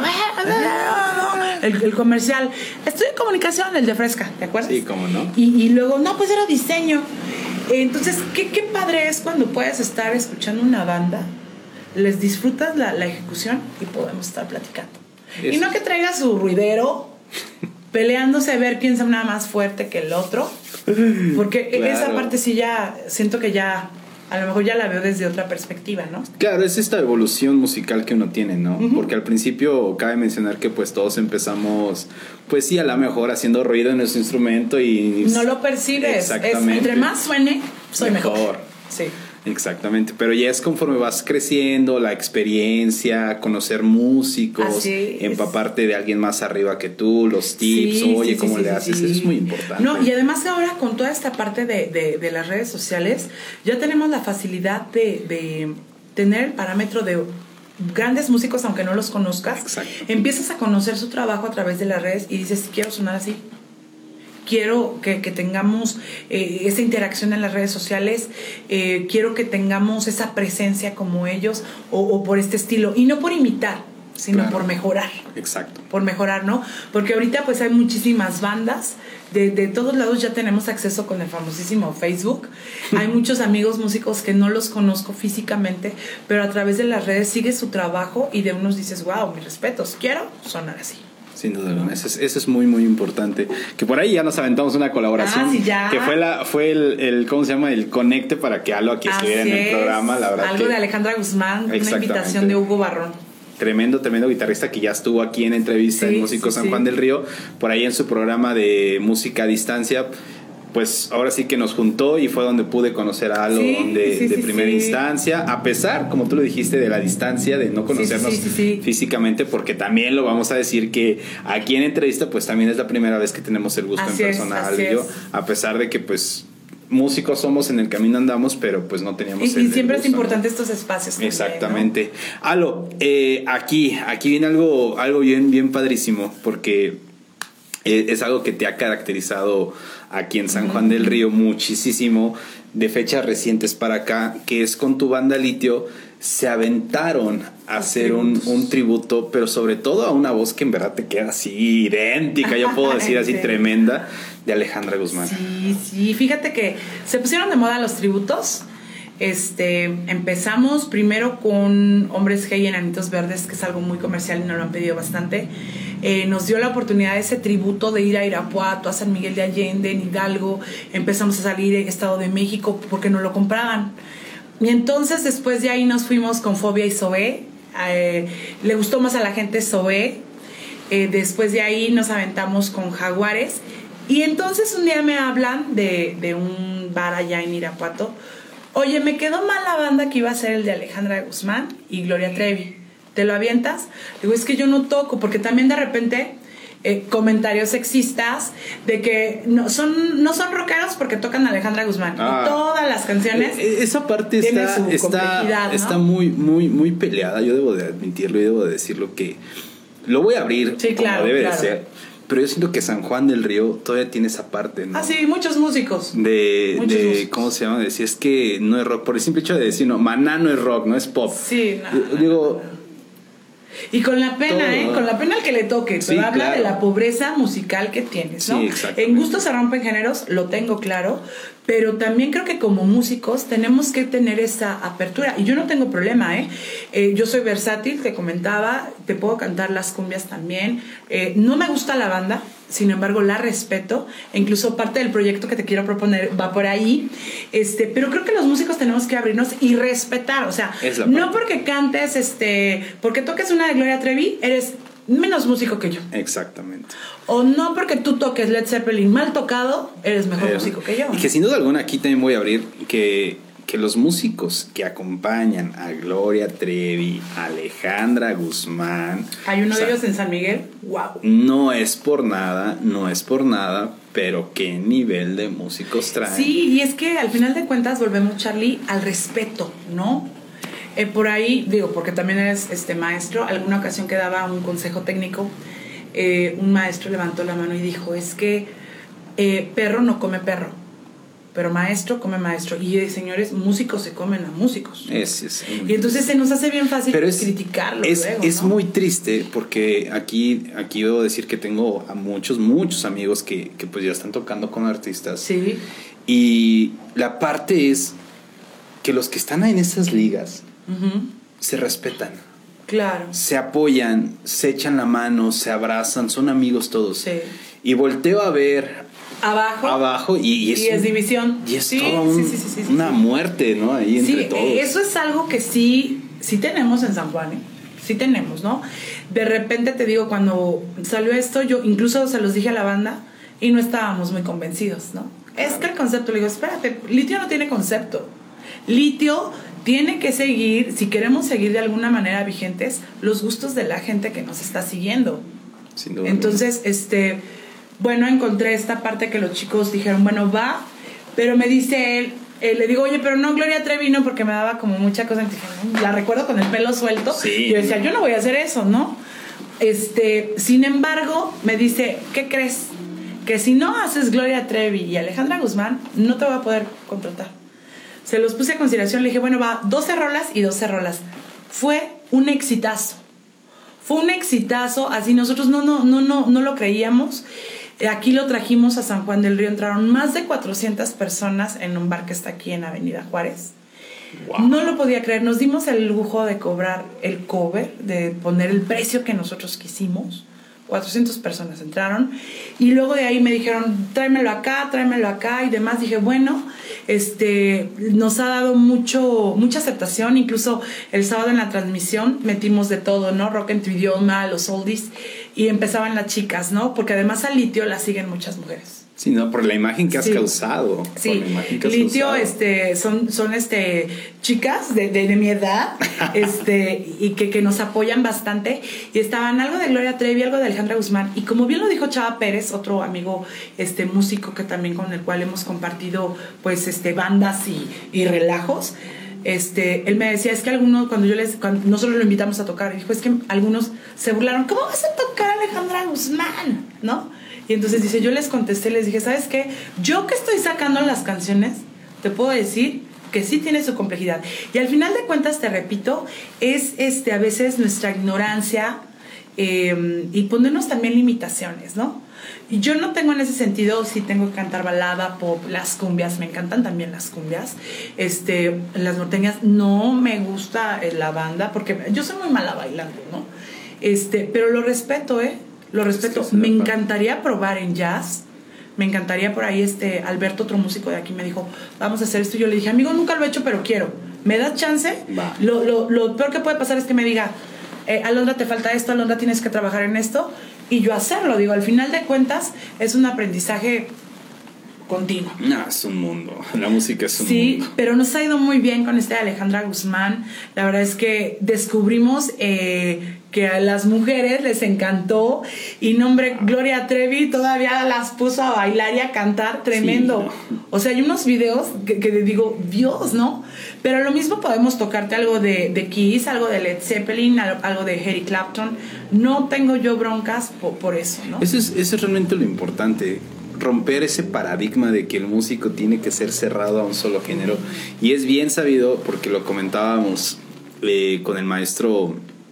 el, el comercial, estoy en comunicación, el de Fresca, ¿te acuerdas? Sí, cómo no. Y, y luego, no, pues era diseño. Entonces, ¿qué, qué padre es cuando puedes estar escuchando una banda, les disfrutas la, la ejecución y podemos estar platicando. Eso. Y no que traiga su ruidero peleándose a ver quién suena más fuerte que el otro, porque claro. Esa parte sí ya siento que ya a lo mejor ya la veo desde otra perspectiva, ¿no? Claro, es esta evolución musical que uno tiene, ¿no? Uh-huh. Porque al principio cabe mencionar que pues todos empezamos, pues sí, a lo mejor haciendo ruido en nuestro instrumento y... No lo percibes. Exactamente. Es, entre más suene, soy mejor. mejor. Sí. Exactamente, pero ya es conforme vas creciendo, la experiencia, conocer músicos, empaparte de alguien más arriba que tú, los tips, sí, oye, sí, cómo sí, le sí, haces, sí. Eso es muy importante. No, y además ahora con toda esta parte de, de, de las redes sociales, ya tenemos la facilidad de, de tener el parámetro de grandes músicos, aunque no los conozcas. Exacto. Empiezas a conocer su trabajo a través de las redes y dices, quiero sonar así. Quiero que, que tengamos eh, esa interacción en las redes sociales, eh, quiero que tengamos esa presencia como ellos o, o por este estilo, y no por imitar, sino claro. por mejorar. Exacto. Por mejorar, ¿no? Porque ahorita pues hay muchísimas bandas, de, de todos lados ya tenemos acceso con el famosísimo Facebook. Hay muchos amigos músicos que no los conozco físicamente, pero a través de las redes sigues su trabajo y de unos dices, wow, mis respetos, quiero sonar así. Sin duda alguna, eso es, eso es muy muy importante. Que por ahí ya nos aventamos una colaboración. Ah, sí, ya. Que fue la fue el, el ¿cómo se llama? El conecte para que Alo aquí estuviera en el programa, la verdad. Algo que, de Alejandra Guzmán, una invitación de Hugo Barrón. Tremendo, tremendo guitarrista que ya estuvo aquí en entrevista sí, en Músico sí, San Juan sí. del Río, por ahí en su programa de música a distancia. Pues ahora sí que nos juntó y fue donde pude conocer a Alo sí, de, sí, de sí, primera sí. instancia, a pesar, como tú lo dijiste, de la distancia, de no conocernos sí, sí, sí, sí. físicamente, porque también lo vamos a decir que aquí en entrevista pues también es la primera vez que tenemos el gusto así en persona, Alo y yo, a pesar de que pues músicos somos, en el camino andamos, pero pues no teníamos y, el, y siempre el gusto, es importante ¿no? estos espacios también, exactamente, ¿no? Alo, eh, aquí aquí viene algo, algo bien, bien padrísimo, porque es algo que te ha caracterizado aquí en San Juan del Río muchísimo, de fechas recientes para acá, que es con tu banda Litio, se aventaron a hacer un, un tributo, pero sobre todo a una voz que en verdad te queda así idéntica, yo puedo decir así, tremenda, de Alejandra Guzmán. Sí, sí, fíjate que se pusieron de moda los tributos. Este, empezamos primero con Hombres G y Enanitos Verdes, que es algo muy comercial y nos lo han pedido bastante. Eh, nos dio la oportunidad de ese tributo de ir a Irapuato, a San Miguel de Allende, en Hidalgo. Empezamos a salir en Estado de México porque nos lo compraban. Y entonces después de ahí nos fuimos con Fobia y Zoé. Eh, le gustó más a la gente Zoé. Eh, después de ahí nos aventamos con Jaguares. Y entonces un día me hablan de, de un bar allá en Irapuato. Oye, me quedó mal la banda que iba a ser el de Alejandra Guzmán y Gloria Trevi. ¿Te lo avientas? Digo, es que yo no toco, porque también de repente eh, comentarios sexistas de que no son, no son rockeros porque tocan a Alejandra Guzmán. Ah, y todas las canciones. Esa parte está, está, ¿no? está muy, muy, muy peleada. Yo debo de admitirlo y debo de decirlo que lo voy a abrir sí, como claro, debe claro. de ser. Pero yo siento que San Juan del Río todavía tiene esa parte, ¿no? Ah, sí, muchos músicos. De, muchos de músicos. ¿cómo se llama? Decir, es que no es rock. Por el simple hecho de decir, no, Maná no es rock, no es pop. Sí, no, Digo, Y con la pena, Todo. ¿eh? Con la pena al que le toque. Sí, Pero habla claro. de la pobreza musical que tienes, ¿no? Sí, exactamente. En gusto se rompen géneros, lo tengo claro. Pero también creo que como músicos tenemos que tener esa apertura. Y yo no tengo problema, ¿eh? eh yo soy versátil, te comentaba. Te puedo cantar las cumbias también. Eh, no me gusta la banda. Sin embargo, la respeto. E incluso parte del proyecto que te quiero proponer va por ahí. Este, pero creo que los músicos tenemos que abrirnos y respetar. O sea, no porque cantes, este, porque toques una de Gloria Trevi, eres menos músico que yo. Exactamente. O no porque tú toques Led Zeppelin mal tocado, eres mejor eh, músico que yo. Y que sin duda alguna aquí también voy a abrir que, que los músicos que acompañan a Gloria Trevi, a Alejandra Guzmán. Hay uno o sea, de ellos en San Miguel. Wow. No es por nada, no es por nada, pero qué nivel de músicos traen. Sí, y es que al final de cuentas volvemos, Charlie, al respeto, ¿no? Eh, por ahí, digo, porque también eres este maestro, alguna ocasión que daba un consejo técnico, eh, un maestro levantó la mano y dijo, es que eh, perro no come perro, pero maestro come maestro. Y eh, señores, músicos se comen a músicos. Es, es y entonces se nos hace bien fácil pero es, criticarlo. Es, luego, es ¿no? muy triste porque aquí, aquí debo decir que tengo a muchos, muchos amigos que, que pues ya están tocando con artistas. Sí. Y la parte es que los que están en esas ligas uh-huh. se respetan. Claro. Se apoyan, se echan la mano, se abrazan, son amigos todos. Sí. Y volteo a ver abajo, abajo y, y es, y es división. Y es sí, todo un, sí, sí, sí, sí, una sí. muerte, ¿no? Ahí entre sí, todos. Eso es algo que sí, sí tenemos en San Juan, ¿eh? Sí tenemos, ¿no? De repente te digo, cuando salió esto, yo incluso se los dije a la banda y no estábamos muy convencidos, ¿no? Claro. Es que el concepto, le digo, espérate, Litio no tiene concepto. Litio tiene que seguir, si queremos seguir de alguna manera vigentes, los gustos de la gente que nos está siguiendo. Sin duda. Entonces, este, bueno, encontré esta parte que los chicos dijeron, bueno, va, pero me dice él, eh, le digo, oye, pero no Gloria Trevi, no, porque me daba como mucha cosa, dije, la recuerdo con el pelo suelto, sí. Y yo decía, yo no voy a hacer eso, ¿no? Este, sin embargo, me dice, ¿qué crees? Que si no haces Gloria Trevi y Alejandra Guzmán, no te voy a poder contratar. Se los puse a consideración, le dije, bueno, va, doce rolas y doce rolas. Fue un exitazo. Fue un exitazo, así nosotros no, no, no, no, no lo creíamos. Aquí lo trajimos a San Juan del Río, entraron más de cuatrocientas personas en un bar que está aquí en Avenida Juárez. Wow. No lo podía creer, nos dimos el lujo de cobrar el cover, de poner el precio que nosotros quisimos. cuatrocientas personas entraron y luego de ahí me dijeron tráemelo acá, tráemelo acá y demás. Dije, bueno, este nos ha dado mucho mucha aceptación. Incluso el sábado en la transmisión metimos de todo, ¿no? Rock en tu idioma, los oldies, y empezaban las chicas, ¿no? Porque además a Litio la siguen muchas mujeres. Sí, no, por la imagen que has sí. causado. Sí, por la imagen que has Litio, causado. este, son, son este, chicas de, de, de mi edad, este, y que, que nos apoyan bastante. Y estaban algo de Gloria Trevi, algo de Alejandra Guzmán. Y como bien lo dijo Chava Pérez, otro amigo, este, músico que también con el cual hemos compartido, pues, este, bandas y, y relajos. Este, él me decía, es que algunos, cuando yo les, cuando nosotros lo invitamos a tocar, dijo, es que algunos se burlaron, ¿cómo vas a tocar a Alejandra Guzmán? ¿No? Y entonces dice, yo les contesté, les dije, ¿sabes qué? Yo que estoy sacando las canciones, te puedo decir que sí tiene su complejidad. Y al final de cuentas, te repito, es este, a veces nuestra ignorancia eh, y ponernos también limitaciones, ¿no? Y yo no tengo en ese sentido, sí tengo que cantar balada, pop, las cumbias, me encantan también las cumbias. Este, las norteñas, no me gusta la banda, porque yo soy muy mala bailando, ¿no? Este, pero lo respeto, ¿eh? Lo respeto. Sí, sí, me sí, encantaría probar en jazz. Me encantaría por ahí, este, Alberto, otro músico de aquí, me dijo, vamos a hacer esto. Y yo le dije, amigo, nunca lo he hecho, pero quiero. ¿Me das chance? Lo, lo, lo peor que puede pasar es que me diga, eh, Alondra, te falta esto, Alondra, tienes que trabajar en esto. Y yo hacerlo. Digo, al final de cuentas, es un aprendizaje continuo. No, es un mundo. La música es un sí, mundo. Sí, pero nos ha ido muy bien con este Alejandra Guzmán. La verdad es que descubrimos eh, que a las mujeres les encantó. Y nombre, Gloria Trevi todavía las puso a bailar y a cantar tremendo. Sí, no. O sea, hay unos videos que, que digo, Dios, ¿no? Pero lo mismo podemos tocarte algo de, de Kiss, algo de Led Zeppelin, algo de Eric Clapton. No tengo yo broncas por, por eso, ¿no? Eso es, eso es realmente lo importante. Romper ese paradigma de que el músico tiene que ser cerrado a un solo género. Y es bien sabido, porque lo comentábamos eh, con el maestro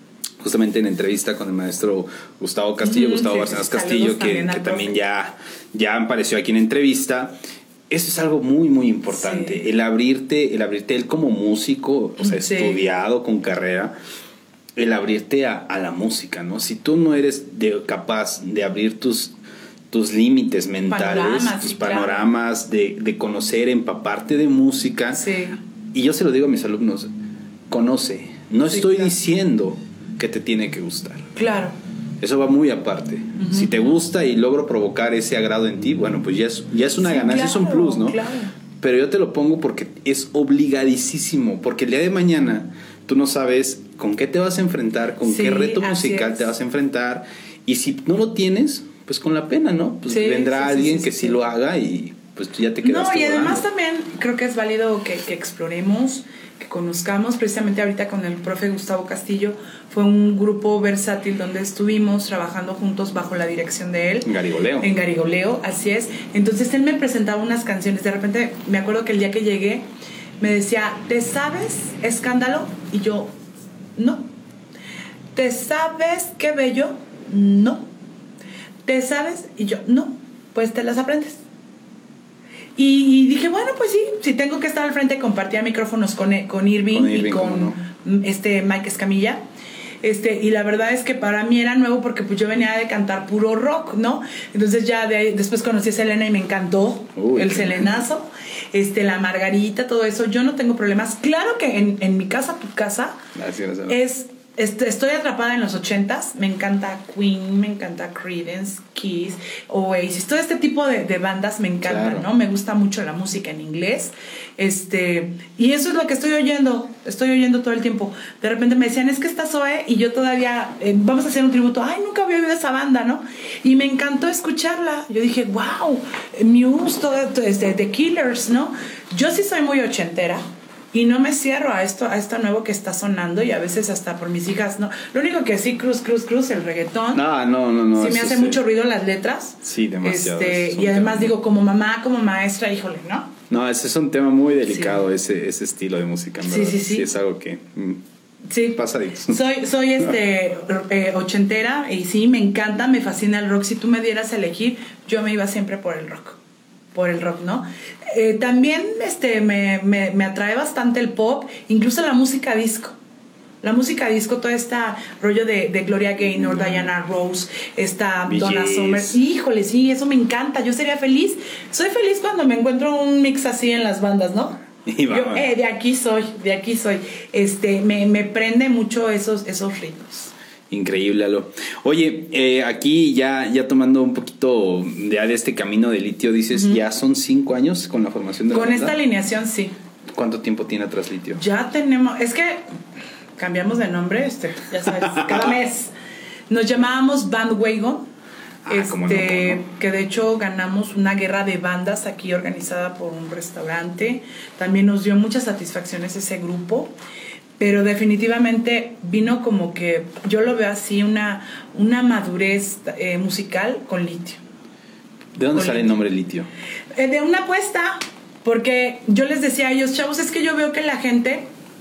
justamente en entrevista con el maestro Gustavo Castillo, mm, Gustavo sí, Bárcenas Castillo, que también, que también ya, ya apareció aquí en entrevista. Eso es algo muy, muy importante. Sí. El abrirte, el abrirte él como músico, o sea, sí. estudiado, con carrera, el abrirte a, a la música, ¿no? Si tú no eres de, capaz de abrir tus, tus límites mentales, panoramas, tus sí, panoramas, claro. de, de conocer, empaparte de música. Sí. Y yo se lo digo a mis alumnos, conoce. No sí, estoy claro. diciendo que te tiene que gustar. Claro. Eso va muy aparte. Uh-huh. Si te gusta y logro provocar ese agrado en ti, bueno, pues ya es, ya es una sí, ganancia, claro, es un plus, ¿no? Claro. Pero yo te lo pongo porque es obligadísimo, porque el día de mañana tú no sabes con qué te vas a enfrentar, con sí, qué reto musical es. te vas a enfrentar, y si no lo tienes, pues con la pena, ¿no? Pues sí, vendrá sí, alguien sí, sí, que sí, sí lo haga y pues tú ya te quedas. No, y además también creo que es válido que, que exploremos, que conozcamos. Precisamente ahorita con el profe Gustavo Castillo fue un grupo versátil donde estuvimos trabajando juntos bajo la dirección de él. En Garigoleo. En Garigoleo, así es. Entonces él me presentaba unas canciones. De repente me acuerdo que el día que llegué me decía, ¿te sabes Escándalo? Y yo, no. ¿Te sabes Qué Bello? No. ¿Te sabes? Y yo, no. Pues te las aprendes. Y, y dije, bueno, pues sí, si tengo que estar al frente, compartía micrófonos con, con Irving, con Irving y con no. este Mike Escamilla. Este, y la verdad es que para mí era nuevo porque pues yo venía de cantar puro rock, ¿no? Entonces ya de ahí, después conocí a Selena y me encantó. Uy, el Selenazo, este, la Margarita, todo eso. Yo no tengo problemas. Claro que en, en mi casa, tu casa, gracias, es... Estoy atrapada en los ochentas. Me encanta Queen, me encanta Creedence, Kiss, Oasis, todo este tipo de, de bandas me encantan, claro. ¿no? Me gusta mucho la música en inglés. Este, y eso es lo que estoy oyendo. Estoy oyendo todo el tiempo. De repente me decían, es que está Zoe, y yo todavía eh, vamos a hacer un tributo. Ay, nunca había oído esa banda, ¿no? Y me encantó escucharla. Yo dije, wow, Muse, todo, este, The Killers, ¿no? Yo sí soy muy ochentera. Y no me cierro a esto, a esto nuevo que está sonando, y a veces hasta por mis hijas, no. Lo único que sí, cruz, cruz, cruz, el reggaetón. No, no, no, no. Sí me hace sí. mucho ruido las letras. Sí, demasiado. Este, y además tema. digo, como mamá, como maestra, híjole, ¿no? No, ese es un tema muy delicado, sí. ese, ese estilo de música, en verdad. Sí, sí, sí. Sí, es algo que... Mm, sí. Pasadito. Soy, soy este, eh, ochentera, y sí, me encanta, me fascina el rock. Si tú me dieras a elegir, yo me iba siempre por el rock. Por el rock, ¿no? Eh, también este, me, me, me atrae bastante el pop, incluso la música disco. La música disco, todo este rollo de, de Gloria Gaynor, mm. Diana Ross, esta B Gs. Donna Summer. Híjole, sí, eso me encanta. Yo sería feliz. Soy feliz cuando me encuentro un mix así en las bandas, ¿no? Y Yo, eh, de aquí soy, de aquí soy. Este, me, me prende mucho esos, esos ritmos. Increíble, Alo. Oye, eh, aquí ya, ya tomando un poquito de, de este camino de Litio, dices, uh-huh. ya son cinco años con la formación de la Con banda. esta alineación, sí. ¿Cuánto tiempo tiene atrás Litio? Ya tenemos, es que cambiamos de nombre, este, ya sabes, cada mes. Nos llamábamos Bandwagon, ah, este, cómo no, cómo no. que de hecho ganamos una guerra de bandas aquí organizada por un restaurante. También nos dio muchas satisfacciones ese grupo. Pero definitivamente vino como que, yo lo veo así, una, una madurez eh, musical con Litio. ¿De dónde con sale litio. el nombre Litio? Eh, de una apuesta, porque yo les decía a ellos, chavos, es que yo veo que la gente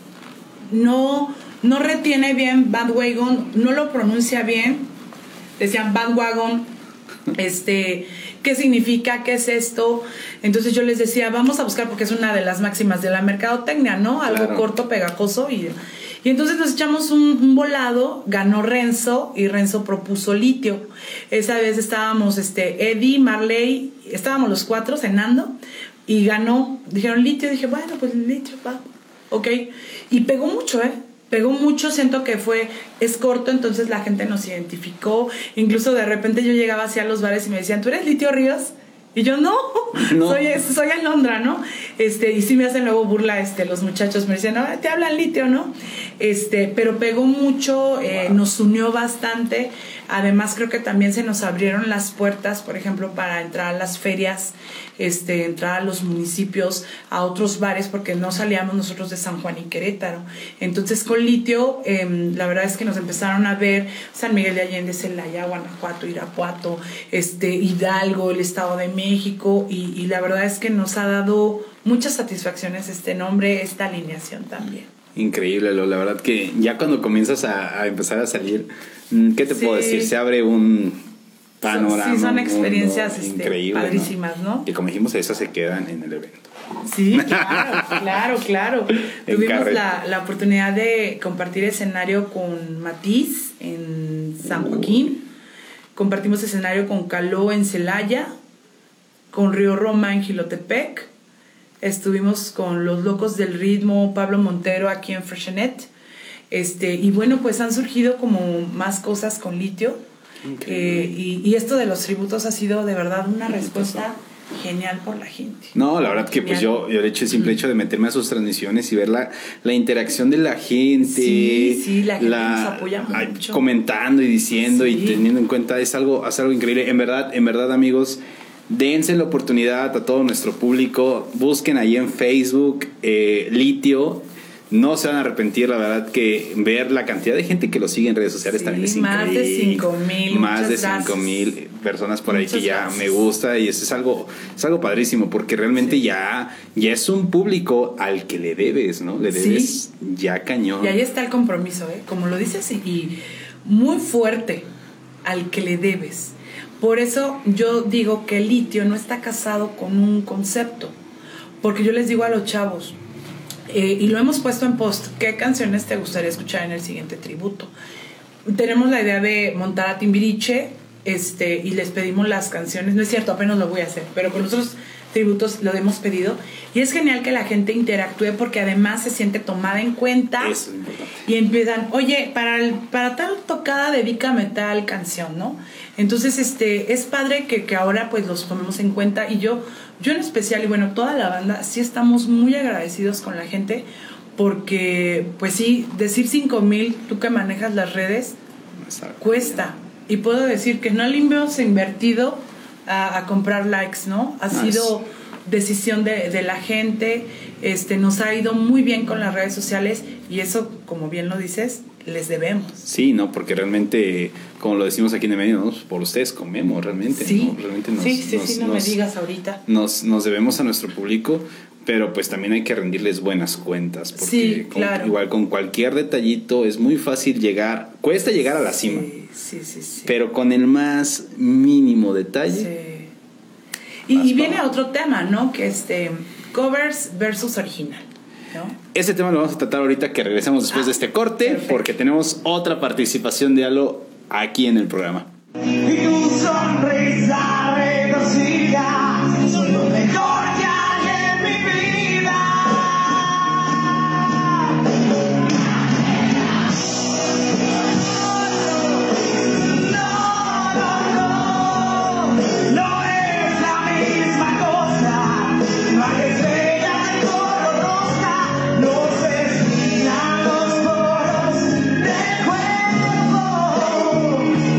no, no retiene bien Bandwagon, no lo pronuncia bien. Decían Bandwagon, este... ¿qué significa? ¿Qué es esto? Entonces yo les decía, vamos a buscar, porque es una de las máximas de la mercadotecnia, ¿no? Algo claro. corto, pegajoso. Y, y entonces nos echamos un, un volado, ganó Renzo, y Renzo propuso Litio. Esa vez estábamos este, Eddie, Marley, estábamos los cuatro cenando, y ganó, dijeron Litio, dije, bueno, pues Litio, va, ok. Y pegó mucho, ¿eh? Pegó mucho, siento que fue, es corto, entonces la gente nos identificó. Incluso de repente yo llegaba hacia los bares y me decían, ¿tú eres Litio Ríos? Y yo, no, no. soy, soy Alondra, ¿no? Este, y sí me hacen luego burla este, los muchachos, me decían, no, te hablan Litio, ¿no? Este, pero pegó mucho, eh, wow. nos unió bastante. Además creo que también se nos abrieron las puertas, por ejemplo, para entrar a las ferias, este, entrar a los municipios, a otros bares, porque no salíamos nosotros de San Juan y Querétaro. Entonces con Litio, eh, la verdad es que nos empezaron a ver San Miguel de Allende, Celaya, Guanajuato, Irapuato, este, Hidalgo, el Estado de México, y, y la verdad es que nos ha dado muchas satisfacciones este nombre, esta alineación también. Increíble, Lolo. La verdad que ya cuando comienzas a, a empezar a salir, ¿qué te Sí. puedo decir? Se abre un panorama. Sí, son un experiencias mundo este, increíble, padrísimas, ¿no? ¿no? Que como dijimos, esas se quedan en el evento. Sí, claro, claro, claro. En Tuvimos carreta. la, la oportunidad de compartir escenario con Matiz en San Joaquín. Compartimos escenario con Caló en Celaya, con Río Roma en Jilotepec. Estuvimos con Los Locos del Ritmo, Pablo Montero aquí en Freshenet. Este, y bueno, pues han surgido como más cosas con Litio. Eh, y, y esto de los tributos ha sido de verdad una respuesta genial por la gente. No, la verdad que pues yo, yo el hecho, el simple hecho de meterme a sus transmisiones y ver la, la interacción de la gente, Sí, sí, la gente nos apoya ay, mucho. comentando y diciendo Sí. y teniendo en cuenta, es algo, es algo increíble. En verdad, en verdad, amigos, dense la oportunidad a todo nuestro público, busquen ahí en Facebook eh, Litio. No se van a arrepentir, la verdad, que ver la cantidad de gente que lo sigue en redes sociales Sí, también es más increíble. de cinco mil, Más muchas de cinco gracias. mil personas por ahí Muchas que ya gracias. me gusta y eso es algo, es algo padrísimo porque realmente Sí. ya, ya es un público al que le debes, ¿no? Le debes ya cañón. Y ahí está el compromiso, ¿eh? Como lo dices, y, y muy fuerte al que le debes. Por eso yo digo que el Litio no está casado con un concepto. Porque yo les digo a los chavos, eh, y lo hemos puesto en post, ¿qué canciones te gustaría escuchar en el siguiente tributo? Tenemos la idea de montar a Timbiriche, este, y les pedimos las canciones. No es cierto, apenas lo voy a hacer, pero con los otros tributos lo hemos pedido. Y es genial que la gente interactúe porque además se siente tomada en cuenta. Eso es importante. Y empiezan, oye, para, el, para tal tocada dedícame tal canción, ¿no? Entonces, este, es padre que, que ahora pues los tomemos en cuenta. Y yo, yo en especial, y bueno, toda la banda, sí estamos muy agradecidos con la gente porque, pues sí, decir cinco mil, tú que manejas las redes, Exacto. cuesta. Y puedo decir que no le hemos invertido a, a comprar likes, ¿no? Ha Nice. sido decisión de, de la gente. Este, nos ha ido muy bien con las redes sociales y eso, como bien lo dices, les debemos. Sí, no, porque realmente, como lo decimos aquí en el medio, ¿no? Por ustedes comemos, realmente. Sí, ¿no? Realmente nos, sí, sí, nos- sí, no nos- me digas ahorita. Nos, nos debemos a nuestro público, pero pues también hay que rendirles buenas cuentas, porque Sí, con- claro. igual con cualquier detallito es muy fácil llegar, cuesta llegar a la cima, Sí, sí, sí, sí. pero con el más mínimo detalle. Sí. Y, Vas y viene para- otro tema, ¿no? Que este, covers versus original, ¿no? Ese tema lo vamos a tratar ahorita que regresemos después Ah, de este corte, perfecto. porque tenemos otra participación de Alo aquí en el programa. Y tu sonrisa retorcida son lo mejor que hay en mi vida. No, no, no, no es la misma cosa. Bajo estrellas de color rosa, nos desfilan los poros del cuerpo.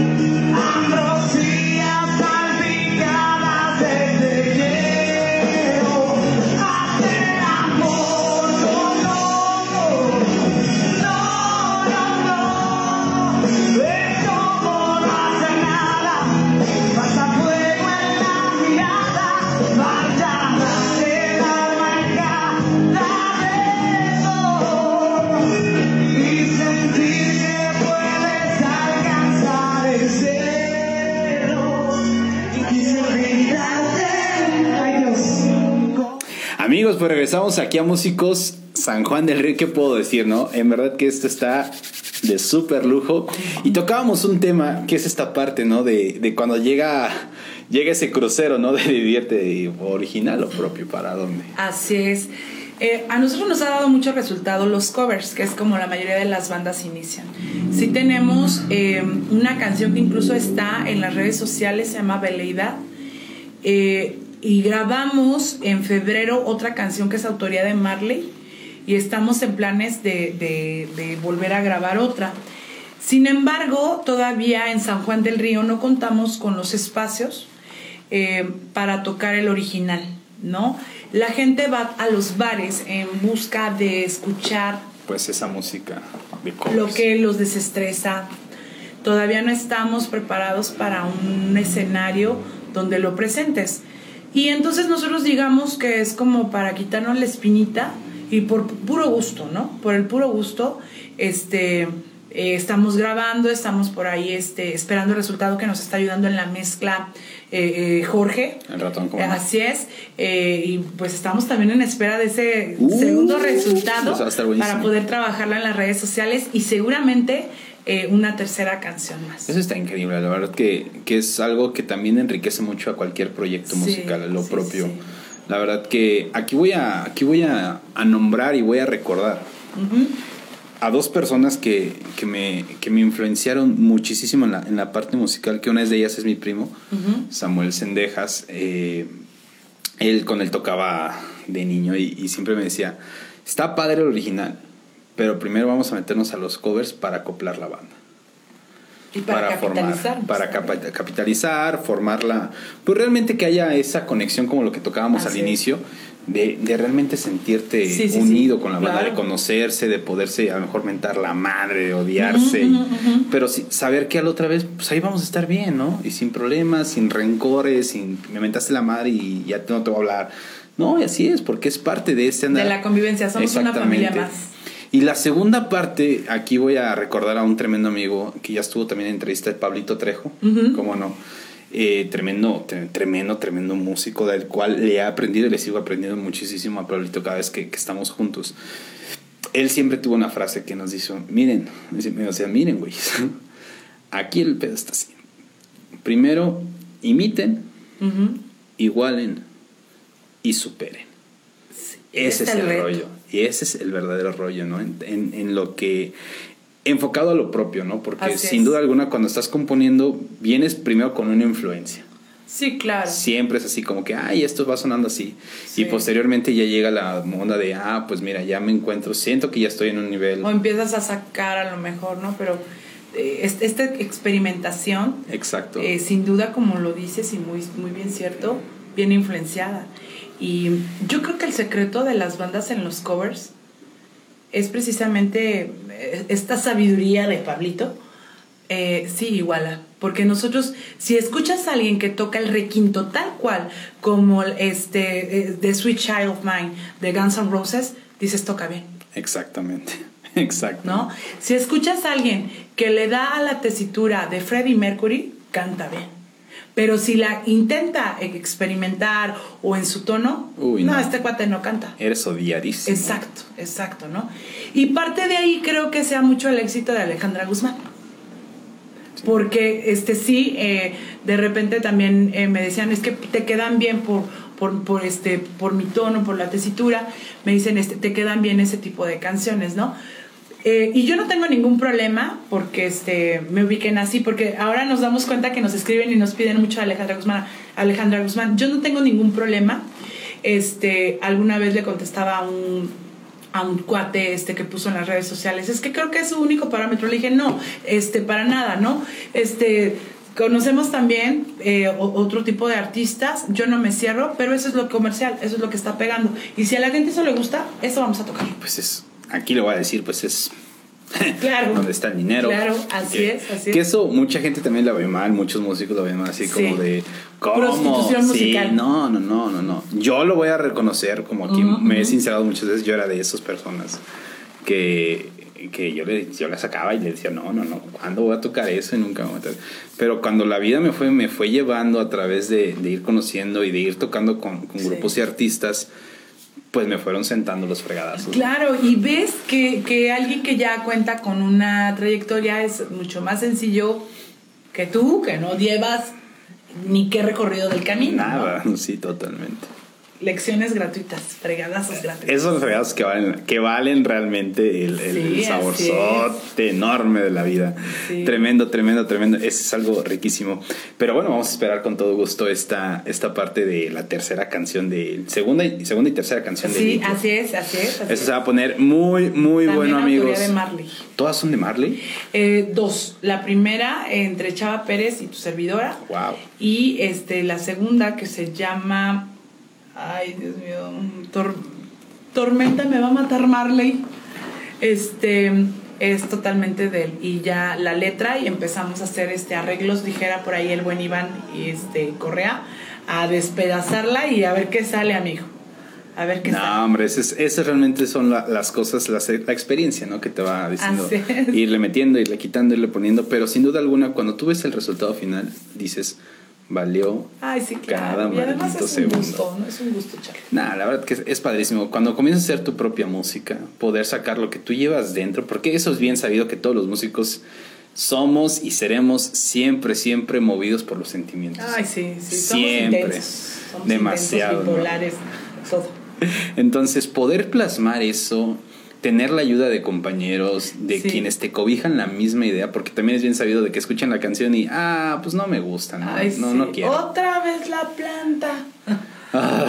Ambrosías salpicadas de hielo, hacer amor con lobo. No, no, no, es como no hacer nada, pasa fuego en la mirada, marchada en la marca, y sentir que puedes alcanzar el cielo y olvidarte. Ay Dios. Amigos, pues regresamos aquí a Músicos San Juan del Río. ¿Qué puedo decir, no? En verdad que esto está de súper lujo. Y tocábamos un tema que es esta parte, ¿no? De, de cuando llega, llega ese crucero, ¿no? De divierte original o propio, ¿para dónde? Así es. Eh, a nosotros nos ha dado mucho resultado los covers, que es como la mayoría de las bandas inician. Sí tenemos eh, una canción que incluso está en las redes sociales, se llama Veleidad. Eh, y grabamos en febrero otra canción que es autoría de Marley. Y estamos en planes de, de, de volver a grabar otra. Sin embargo, todavía en San Juan del Río no contamos con los espacios eh, para tocar el original, ¿no? La gente va a los bares en busca de escuchar Pues esa música de covers. lo que los desestresa. Todavía no estamos preparados para un escenario donde lo presentes. Y entonces nosotros digamos que es como para quitarnos la espinita y por puro gusto, ¿no? Por el puro gusto, este... Eh, estamos grabando, estamos por ahí este, esperando el resultado que nos está ayudando en la mezcla eh, eh, Jorge. El ratón con... eh, Así es. Eh, y pues estamos también en espera de ese uh, segundo resultado para poder trabajarla en las redes sociales y seguramente eh, una tercera canción más. Eso está increíble, la verdad que, que es algo que también enriquece mucho a cualquier proyecto sí, musical, lo sí, propio. Sí. La verdad que aquí voy a, aquí voy a, a nombrar y voy a recordar. Uh-huh. A dos personas que, que, me, que me influenciaron muchísimo en la, en la parte musical, que una de ellas es mi primo, uh-huh. Samuel Sendejas. Eh, él con él tocaba de niño y, y siempre me decía, está padre el original, pero primero vamos a meternos a los covers para acoplar la banda. Y para, para capitalizar. Formar, para capa- capitalizar, formarla. Pues realmente que haya esa conexión como lo que tocábamos Así al es. inicio. De, de realmente sentirte sí, sí, unido sí, con la banda, claro. De conocerse, de poderse a lo mejor mentar la madre, de odiarse, uh-huh, uh-huh. Pero sí, saber que a la otra vez, pues ahí vamos a estar bien, ¿no? Y sin problemas, sin rencores, sin me mentaste la madre y ya no te voy a hablar. No, y así es, porque es parte de este andar. De la convivencia, somos una familia más. Y la segunda parte, aquí voy a recordar a un tremendo amigo que ya estuvo también en entrevista de Pablito Trejo, uh-huh. ¿Cómo no? Eh, tremendo, tre- tremendo, tremendo músico del cual le he aprendido y le sigo aprendiendo muchísimo a Pablito cada vez que, que estamos juntos. Él siempre tuvo una frase que nos dijo, miren, o sea, miren, güey, aquí el pedo está así. Primero, imiten, uh-huh. Igualen y superen. Sí, ese es el reto. Rollo. Y ese es el verdadero rollo, ¿no? En, en, en lo que... enfocado a lo propio, ¿no? Porque Así sin es. duda alguna cuando estás componiendo vienes primero con una influencia. Sí, claro. Siempre es así como que, ay, esto va sonando así. Sí. Y posteriormente ya llega la onda de, ah, pues mira, ya me encuentro, siento que ya estoy en un nivel. O empiezas a sacar a lo mejor, ¿no? Pero eh, esta experimentación, exacto. Eh, sin duda, como lo dices y muy, muy bien cierto, viene influenciada. Y yo creo que el secreto de las bandas en los covers es precisamente esta sabiduría de Pablito. Eh, sí, iguala. Porque nosotros, si escuchas a alguien que toca el requinto tal cual como este eh, The Sweet Child of Mine de Guns N' Roses, dices, toca bien. Exactamente. Exacto. ¿No? Si escuchas a alguien que le da a la tesitura de Freddie Mercury, canta bien. Pero si la intenta experimentar o en su tono, Uy, no, no, este cuate no canta. Eres odiadísimo. Exacto, exacto, ¿no? Y parte de ahí creo que sea mucho el éxito de Alejandra Guzmán. Sí. Porque este sí, eh, de repente también eh, me decían, es que te quedan bien por, por, por, este, por mi tono, por la tesitura. Me dicen, este, te quedan bien ese tipo de canciones, ¿no? Eh, y yo no tengo ningún problema porque este, me ubiquen así, porque ahora nos damos cuenta que nos escriben y nos piden mucho a Alejandra Guzmán. Alejandra Guzmán, yo no tengo ningún problema. Este, alguna vez le contestaba a un, a un cuate este, que puso en las redes sociales, es que creo que es su único parámetro. Le dije, no, este, para nada, ¿no? Este, conocemos también eh, otro tipo de artistas, yo no me cierro, pero eso es lo comercial, eso es lo que está pegando. Y si a la gente eso le gusta, eso vamos a tocar. Pues es... Aquí le voy a decir, pues es claro, donde está el dinero. Claro, así que, es, así que es. eso mucha gente también la ve mal, muchos músicos lo ven mal, así sí. Como de ¿cómo? Prostitución sí, musical. No, no, no, no, no. Yo lo voy a reconocer, como aquí uh-huh, me he sincerado muchas veces, yo era de esas personas que, que yo le yo la sacaba y le decía, no, no, no, ¿cuándo voy a tocar eso? Y nunca me voy a tocar. Pero cuando la vida me fue, me fue llevando a través de, de ir conociendo y de ir tocando con, con grupos sí. y artistas, pues me fueron sentando los fregadazos. Claro, y ves que, que alguien que ya cuenta con una trayectoria es mucho más sencillo que tú, que no llevas ni qué recorrido del camino. Nada, ¿no? Sí, totalmente. Lecciones gratuitas, fregadazos gratuitos. Esos fregadazos que valen, que valen realmente el, el, sí, el saborzote enorme de la vida. Sí. Tremendo, tremendo, tremendo. Ese es algo riquísimo. Pero bueno, vamos a esperar con todo gusto esta, esta parte de la tercera canción de segunda y, segunda y tercera canción sí, de Sí, así es, así es. Así Eso se va a poner muy, muy También bueno, amigos. De Marley. ¿Todas son de Marley? Eh, dos. La primera entre Chava Pérez y tu servidora. Wow. Y este, la segunda que se llama... Ay, Dios mío, Tor- Tormenta me va a matar Marley. Este es totalmente de él. Y ya la letra, y empezamos a hacer este arreglos, dijera por ahí el buen Iván y este Correa, a despedazarla y a ver qué sale, amigo. A ver qué No, sale. hombre, esas, esas realmente son la, las cosas, las, la experiencia, ¿no? Que te va diciendo, Así es. irle metiendo, irle quitando, irle poniendo. Pero sin duda alguna, cuando tú ves el resultado final, dices, valió Ay, sí, claro. cada Y además maldito es un segundo. gusto, ¿no? Es un gusto, Charlie. Nah, la verdad que es, es padrísimo. Cuando comienzas a hacer tu propia música, poder sacar lo que tú llevas dentro, porque eso es bien sabido que todos los músicos somos y seremos siempre, siempre movidos por los sentimientos. Ay, sí, sí. Siempre. Somos intensos. Somos Demasiado, intensos, ¿no? bipolares, todo. Entonces, poder plasmar eso, tener la ayuda de compañeros, de Sí. quienes te cobijan la misma idea, porque también es bien sabido de que escuchan la canción y, ah, pues no me gusta, no, Ay, no, sí. no quiero. Otra vez la planta. Ah,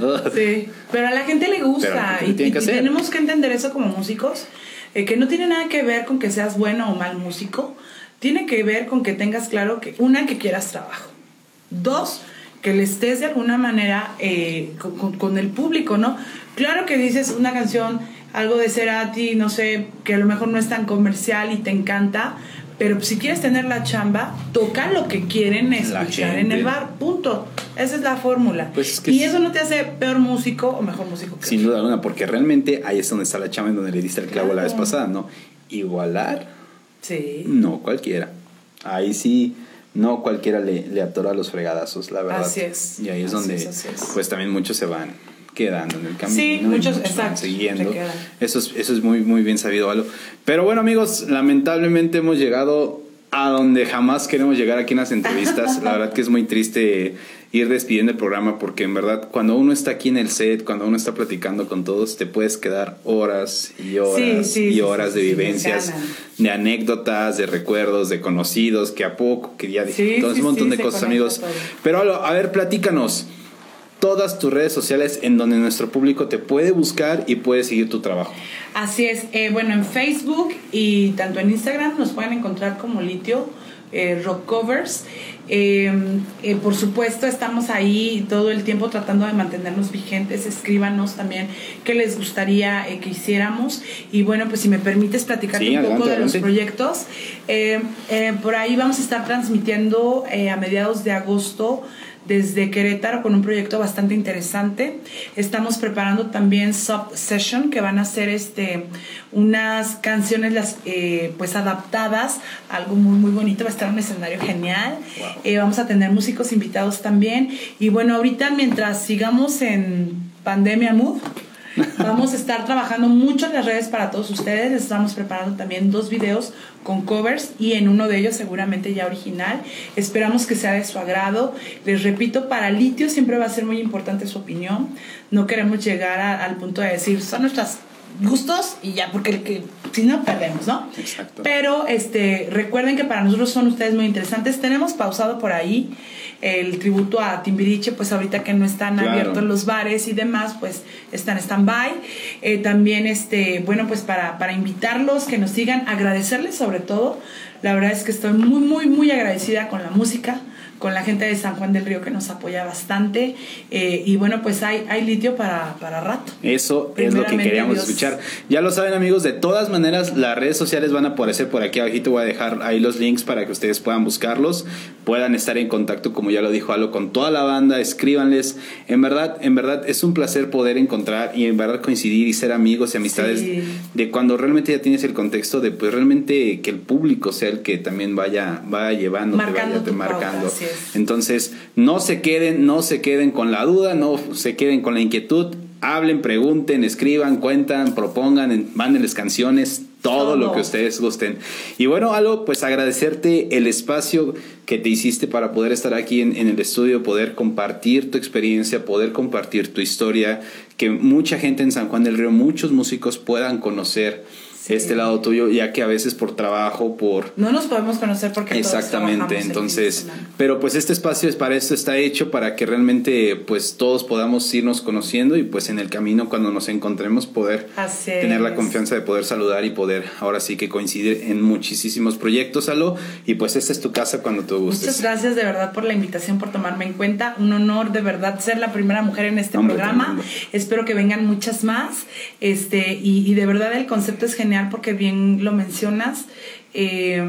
Sí, pero a la gente le gusta. Pero a la gente y, le tiene que y hacer. tenemos que entender eso como músicos, eh, que no tiene nada que ver con que seas bueno o mal músico. Tiene que ver con que tengas claro que, una, que quieras trabajo. Dos, que le estés de alguna manera eh, con, con- con el público, ¿no? Claro que dices una canción, algo de Cerati, no sé, que a lo mejor no es tan comercial y te encanta, pero si quieres tener la chamba, toca lo que quieren escuchar en gente. el bar, punto. Esa es la fórmula. Pues es que y es- eso no te hace peor músico o mejor músico que Sin otro. duda alguna, porque realmente ahí es donde está la chamba, en donde le diste el clavo la vez Claro. pasada, ¿no? Igualar, Sí. no cualquiera. Ahí sí, no cualquiera le, le atora los fregadazos, la verdad. Así es. Y ahí es Así donde, es, así es. pues también muchos se van quedando en el camino. Sí, y muchos, van exacto, siguiendo. se quedan. Eso es, eso es muy, muy bien sabido, Valo. Pero bueno, amigos, lamentablemente hemos llegado a donde jamás queremos llegar aquí en las entrevistas. La verdad que es muy triste ir despidiendo el programa, porque en verdad cuando uno está aquí en el set, cuando uno está platicando con todos, te puedes quedar horas y horas Sí, sí, y sí, horas sí, de sí, vivencias, me ganan. de anécdotas, de recuerdos, de conocidos, que a poco, que ya dije, Sí, todo sí, un montón sí, de se cosas, conecta amigos. todo. Pero Alo, a ver, platícanos todas tus redes sociales en donde nuestro público te puede buscar y puede seguir tu trabajo. Así es. Eh, bueno, en Facebook y tanto en Instagram nos pueden encontrar como Litio eh, Rock Covers. Eh, eh, por supuesto, estamos ahí todo el tiempo tratando de mantenernos vigentes. Escríbanos también qué les gustaría eh, que hiciéramos. Y bueno, pues si me permites platicarte Sí, un poco adelante, de adelante. los proyectos. Eh, eh, por ahí vamos a estar transmitiendo eh, a mediados de agosto desde Querétaro con un proyecto bastante interesante. Estamos preparando también Sub Session, que van a ser este, unas canciones las, eh, pues adaptadas, algo muy muy bonito, va a estar un escenario genial. Wow. Eh, vamos a tener músicos invitados también. Y bueno, ahorita mientras sigamos en Pandemia Mood, vamos a estar trabajando mucho en las redes para todos ustedes. Les estamos preparando también dos videos con covers y en uno de ellos seguramente ya original. Esperamos que sea de su agrado. Les repito, para Litio siempre va a ser muy importante su opinión. No queremos llegar a, al punto de decir, son nuestros gustos y ya, porque el que, si no, perdemos, ¿no? Exacto. Pero este, recuerden que para nosotros son ustedes muy interesantes. Tenemos pausado por ahí el tributo a Timbiriche, pues ahorita que no están Claro. abiertos los bares y demás, pues están en stand-by. Eh, también, este, bueno, pues para, para invitarlos, que nos sigan, agradecerles sobre todo. La verdad es que estoy muy, muy, muy agradecida con la música, con la gente de San Juan del Río que nos apoya bastante. Eh, y bueno, pues hay, hay litio para, para rato. Eso es lo que Primeramente, queríamos Dios. escuchar. Ya lo saben, amigos, de todas maneras las redes sociales van a aparecer por aquí abajito. Voy a dejar ahí los links para que ustedes puedan buscarlos, puedan estar en contacto, como ya lo dijo Alo, con toda la banda. Escríbanles. En verdad, en verdad es un placer poder encontrar y en verdad coincidir y ser amigos y amistades, Sí. de cuando realmente ya tienes el contexto de pues realmente que el público sea el que también vaya, vaya llevando, Marcando vaya tu marcando. pauta, así es. Entonces, no se queden, no se queden con la duda, no se queden con la inquietud. Hablen, pregunten, escriban, cuentan, propongan, mándenles canciones, todo, Todo. lo que ustedes gusten. Y bueno, Alo, pues agradecerte el espacio que te hiciste para poder estar aquí en, en el estudio, poder compartir tu experiencia, poder compartir tu historia, que mucha gente en San Juan del Río, muchos músicos puedan conocer Sí. este lado tuyo, ya que a veces por trabajo, por... No nos podemos conocer porque todos Exactamente, trabajamos el fin de entonces, semana. pero pues este espacio es para esto, está hecho para que realmente pues todos podamos irnos conociendo y pues en el camino cuando nos encontremos poder Así tener la es. confianza de poder saludar y poder ahora sí que coincidir en muchísimos proyectos, Alo, y pues esta es tu casa cuando tú gustes. Muchas gracias de verdad por la invitación, por tomarme en cuenta. Un honor de verdad ser la primera mujer en este Hombre, programa. tremendo. Espero que vengan muchas más. Este, y, y de verdad el concepto es genial porque bien lo mencionas. Eh,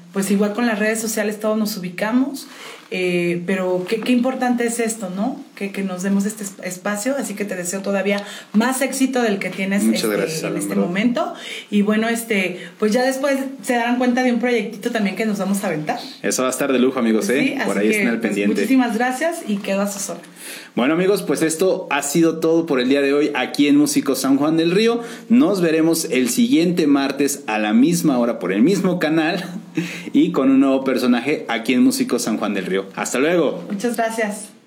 pues igual con las redes sociales todos nos ubicamos. Eh, pero qué, qué importante es esto, ¿no? Que, que nos demos este espacio, así que te deseo todavía más éxito del que tienes Muchas este, gracias, en este Alondra. momento. Y bueno, este, pues ya después se darán cuenta de un proyectito también que nos vamos a aventar. Eso va a estar de lujo, amigos, ¿eh? Sí, Por así ahí que, estén al pues, pendiente. muchísimas gracias y quedo a sus órdenes. Bueno, amigos, pues esto ha sido todo por el día de hoy aquí en Músicos San Juan del Río. Nos veremos el siguiente martes a la misma hora por el mismo canal y con un nuevo personaje aquí en Músicos San Juan del Río. Hasta luego. Muchas gracias.